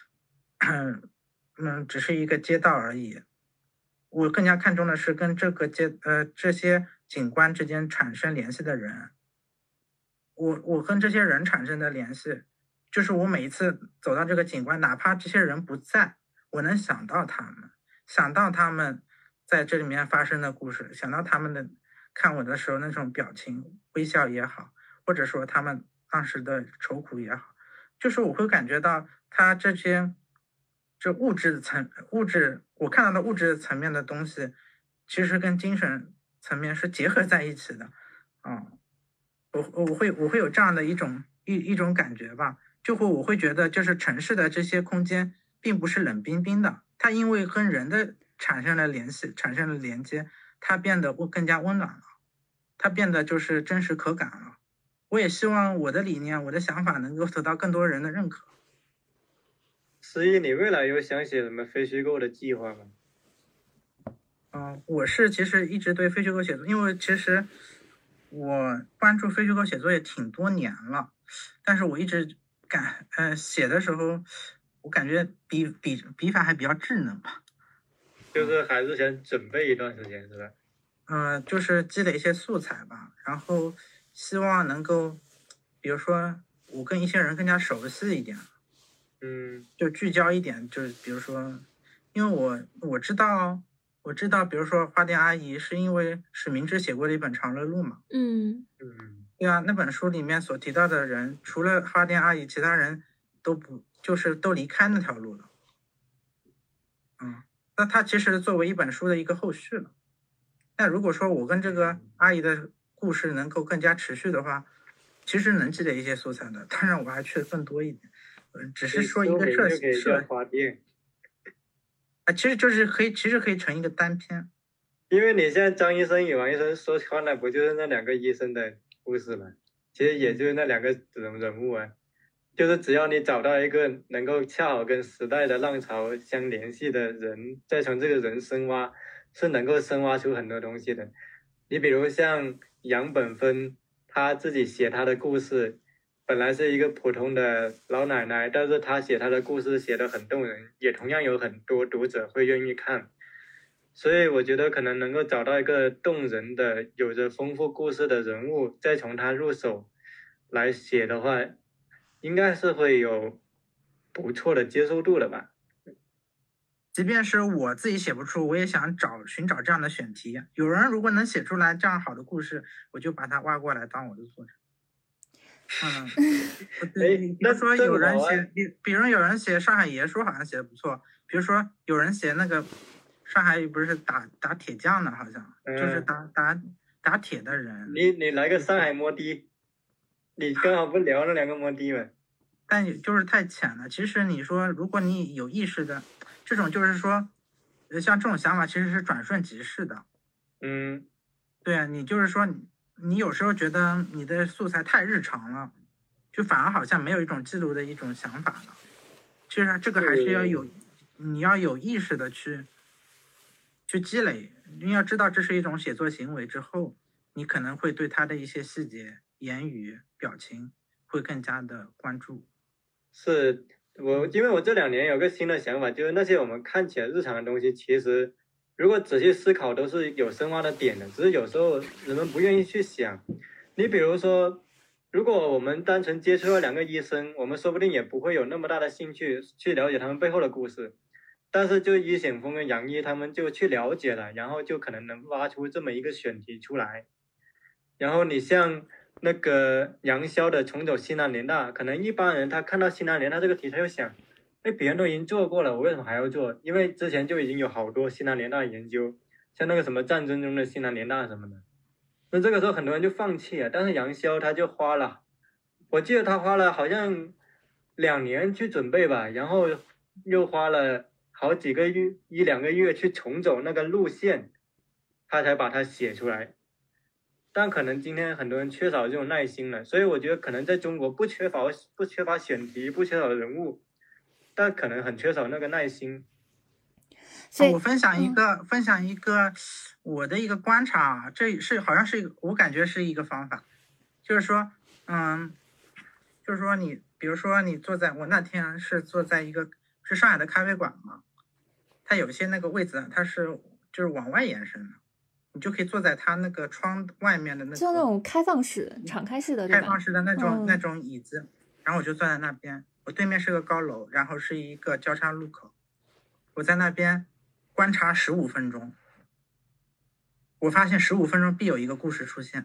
嗯，只是一个街道而已。我更加看重的是跟这个街呃这些景观之间产生联系的人。我我跟这些人产生的联系，就是我每一次走到这个景观，哪怕这些人不在，我能想到他们，想到他们在这里面发生的故事，想到他们的看我的时候那种表情、微笑也好，或者说他们当时的愁苦也好，就是我会感觉到他这些这物质层物质，我看到的物质层面的东西，其实跟精神层面是结合在一起的，啊、嗯。我我会我会有这样的一种一一种感觉吧，就会我会觉得就是城市的这些空间并不是冷冰冰的，它因为跟人的产生了联系，产生了连接，它变得更加温暖了，它变得就是真实可感了。我也希望我的理念、我的想法能够得到更多人的认可。
思义，你未来有想写什么非虚构的计划吗？
嗯，我是其实一直对非虚构写作，因为其实我关注非虚构写作也挺多年了，但是我一直感呃写的时候，我感觉笔笔笔法还比较稚嫩吧，
就是还是想准备一段时间，是吧？
嗯、呃，就是积累一些素材吧，然后希望能够，比如说我跟一些人更加熟悉一点，
嗯，
就聚焦一点，就是比如说，因为我我知道我知道，比如说花店阿姨是因为史明之写过的一本《长乐路》嘛。
嗯
嗯，
对啊，那本书里面所提到的人，除了花店阿姨，其他人都不就是都离开那条路了。嗯，那它其实作为一本书的一个后续了。那如果说我跟这个阿姨的故事能够更加持续的话，其实能积累一些素材的。当然，我还去的更多一点。嗯，只是说一个设
就可以叫
设
花店。
啊，其实就是可以，其实可以成一个单篇。
因为你像张医生与王医生说穿了，不就是那两个医生的故事吗？其实也就是那两个人人物啊，就是只要你找到一个能够恰好跟时代的浪潮相联系的人，再从这个人深挖，是能够深挖出很多东西的。你比如像杨本芬，他自己写他的故事，本来是一个普通的老奶奶，但是他写他的故事写得很动人，也同样有很多读者会愿意看。 所以我觉得可能能够找到一个动人的、有着丰富故事的人物，再从他入手来写的话，应该是会有不错的接受度的吧。
即便是我自己写不出，我也想找寻找这样的选题。有人如果能写出来这样好的故事，我就把他挖过来当我的作者。嗯，对，比如说有人写，比比如有人写上海爷叔好像写的不错，比如说有人写那个上海不是打打铁匠的，好像、嗯、就是打打打铁的人。
你你来个上海摸底，你刚好不聊那两个摸底嘛？
但就是太浅了。其实你说，如果你有意识的，这种就是说，像这种想法其实是转瞬即逝的。
嗯，
对啊，你就是说你。你有时候觉得你的素材太日常了，就反而好像没有一种记录的一种想法了。其实这个还是要有，你要有意识的去去积累。你要知道这是一种写作行为之后，你可能会对他的一些细节、言语、表情会更加的关注。
是我，因为我这两年有个新的想法，就是那些我们看起来日常的东西，其实如果仔细思考，都是有深挖的点的，只是有时候人们不愿意去想。你比如说，如果我们单纯接触了两个医生，我们说不定也不会有那么大的兴趣去了解他们背后的故事。但是就尹显峰跟杨一他们就去了解了，然后就可能能挖出这么一个选题出来。然后你像那个杨逍的重走西南联大，可能一般人他看到西南联大这个题，他就想，哎，别人都已经做过了，我为什么还要做？因为之前就已经有好多西南联大的研究，像那个什么战争中的西南联大什么的。那这个时候很多人就放弃了，但是杨逍他就花了，我记得他花了好像两年去准备吧，然后又花了好几个月一两个月去重走那个路线，他才把它写出来。但可能今天很多人缺少这种耐心了，所以我觉得可能在中国不缺乏不缺乏选题，不缺少人物，但可能很缺少那个耐心。
所以我分享一个、嗯、分享一个我的一个观察，这是好像是一个我感觉是一个方法，就是说，嗯，就是说你比如说你坐在我那天是坐在一个是上海的咖啡馆嘛，它有些那个位子它是就是往外延伸的。你就可以坐在它那个窗外面的那个，
就那种开放式、敞开式的，
开放式的那种、
嗯、
那种椅子，然后我就坐在那边。我对面是个高楼，然后是一个交叉路口，我在那边观察十五分钟。我发现十五分钟必有一个故事出现，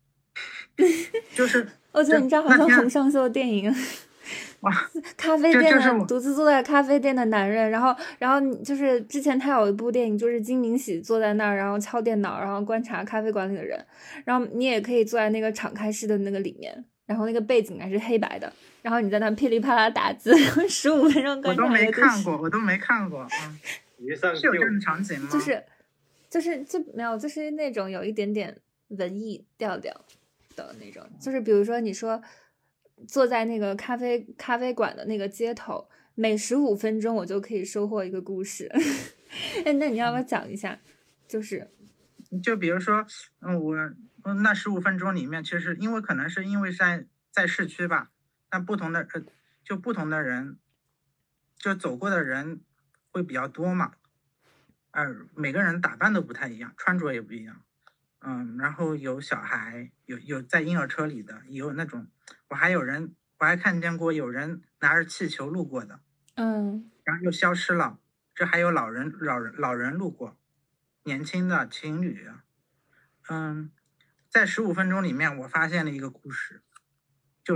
就是
我觉得你这好像洪尚秀的电影。
哇，
咖啡店的独自坐在咖啡店的男人，然后，然后就是之前他有一部电影，就是金明喜坐在那儿，然后敲电脑，然后观察咖啡馆里的人，然后你也可以坐在那个敞开式的那个里面，然后那个背景还是黑白的，然后你在那噼里啪啦打字，十五分钟观察。
我都没看过，我都没看过，嗯，是有这种场景吗？
就是，就是就没有，就是那种有一点点文艺调调的那种，就是比如说你说。坐在那个咖啡咖啡馆的那个街头，每十五分钟我就可以收获一个故事。那你要不要讲一下？就是，
就比如说，嗯，我那十五分钟里面，其实因为可能是因为在在市区吧，但不同的呃，就不同的人，就走过的人会比较多嘛，呃，每个人打扮都不太一样，穿着也不一样。嗯，然后有小孩，有有在婴儿车里的，也有那种，我还有人，我还看见过有人拿着气球路过的，
嗯，
然后又消失了。这还有老人，老人老人路过，年轻的情侣，嗯，在十五分钟里面，我发现了一个故事，就是，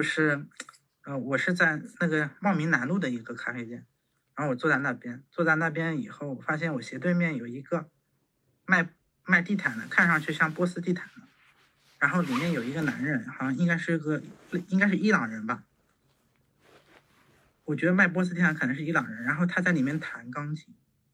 呃，我是在那个茂名南路的一个咖啡店，然后我坐在那边，坐在那边以后，我发现我斜对面有一个卖。卖地毯的，看上去像波斯地毯的，然后里面有一个男人，好像应该是个，应该是伊朗人吧。我觉得卖波斯地毯可能是伊朗人，然后他在里面弹钢琴。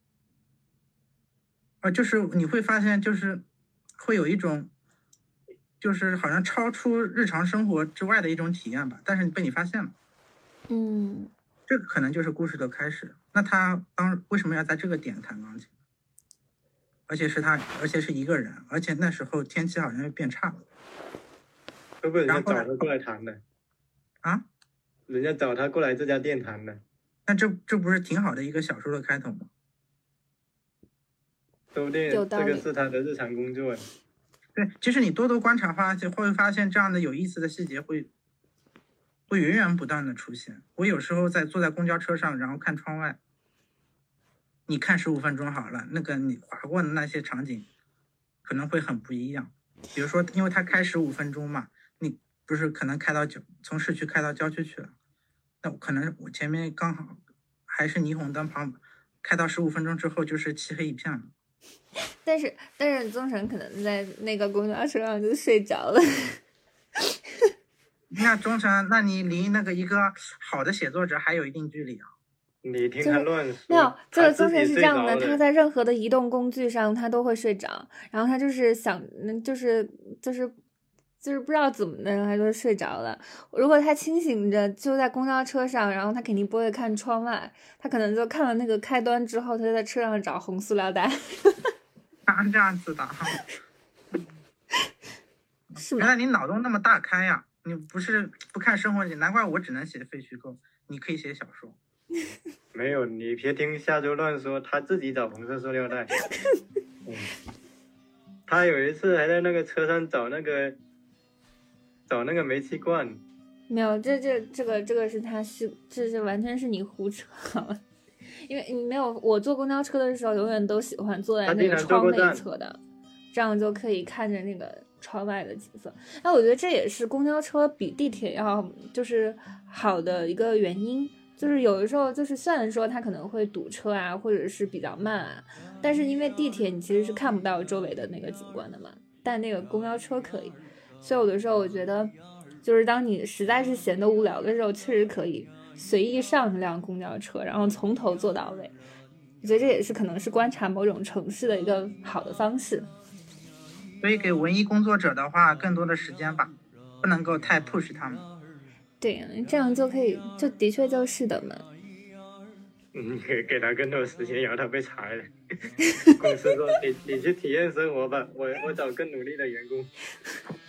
啊，就是你会发现，就是会有一种，就是好像超出日常生活之外的一种体验吧。但是被你发现了，
嗯，
这个可能就是故事的开始。那他当为什么要在这个点弹钢琴？而且是他，而且是一个人，而且那时候天气好像又变差了。
会不会人家找他过来谈的？
啊？
人家找他过来这家店谈的？
那这这不是挺好的一个小说的开头吗？
说不定
有道理
这个是他的日常工作。
对，其实你多多观察发现，会发现这样的有意思的细节会会源源不断的出现。我有时候在坐在公交车上，然后看窗外，你看十五分钟好了，那个你划过的那些场景可能会很不一样。比如说，因为它开十五分钟嘛，你不是可能开到郊从市区开到郊区去了，那可能我前面刚好还是霓虹灯旁，开到十五分钟之后就是漆黑一片了。
但是但是宗成可能在那个公交车上就睡着了。
那忠诚，那你离那个一个好的写作者还有一定距离啊。
你听他乱说。
没有，这个宗成
他自己
是这样的，
睡着了
他在任何的移动工具上他都会睡着，然后他就是想，就是就是就是不知道怎么的，他就睡着了。如果他清醒着就在公交车上，然后他肯定不会看窗外，他可能就看了那个开端之后，他就在车上找红塑料袋。
啊，这样子的。
是吗？
原来你脑洞那么大开呀！你不是不看生活，难怪我只能写废墟构，你可以写小说。
没有，你别听下周乱说，他自己找红色塑料袋。嗯，他有一次还在那个车上找那个找那个煤气罐。
没有，这这这个这个是他是这是完全是你胡扯了，因为你没有，我坐公交车的时候永远都喜欢坐在那个窗内侧的，这样就可以看着那个窗外的景色。那我觉得这也是公交车比地铁要就是好的一个原因。就是有的时候，就是虽然说它可能会堵车啊，或者是比较慢啊，但是因为地铁你其实是看不到周围的那个景观的嘛，但那个公交车可以，所以有的时候我觉得，就是当你实在是闲得无聊的时候，确实可以随意上一辆公交车，然后从头坐到尾。我觉得这也是可能是观察某种城市的一个好的方式。
所以给文艺工作者的话，更多的时间吧，不能够太 push 他们。
对，这样就可以，就的确就是的嘛。
嗯，给给他更多时间，然后他被裁了。公司说你你去体验生活吧，我我找更努力的员工。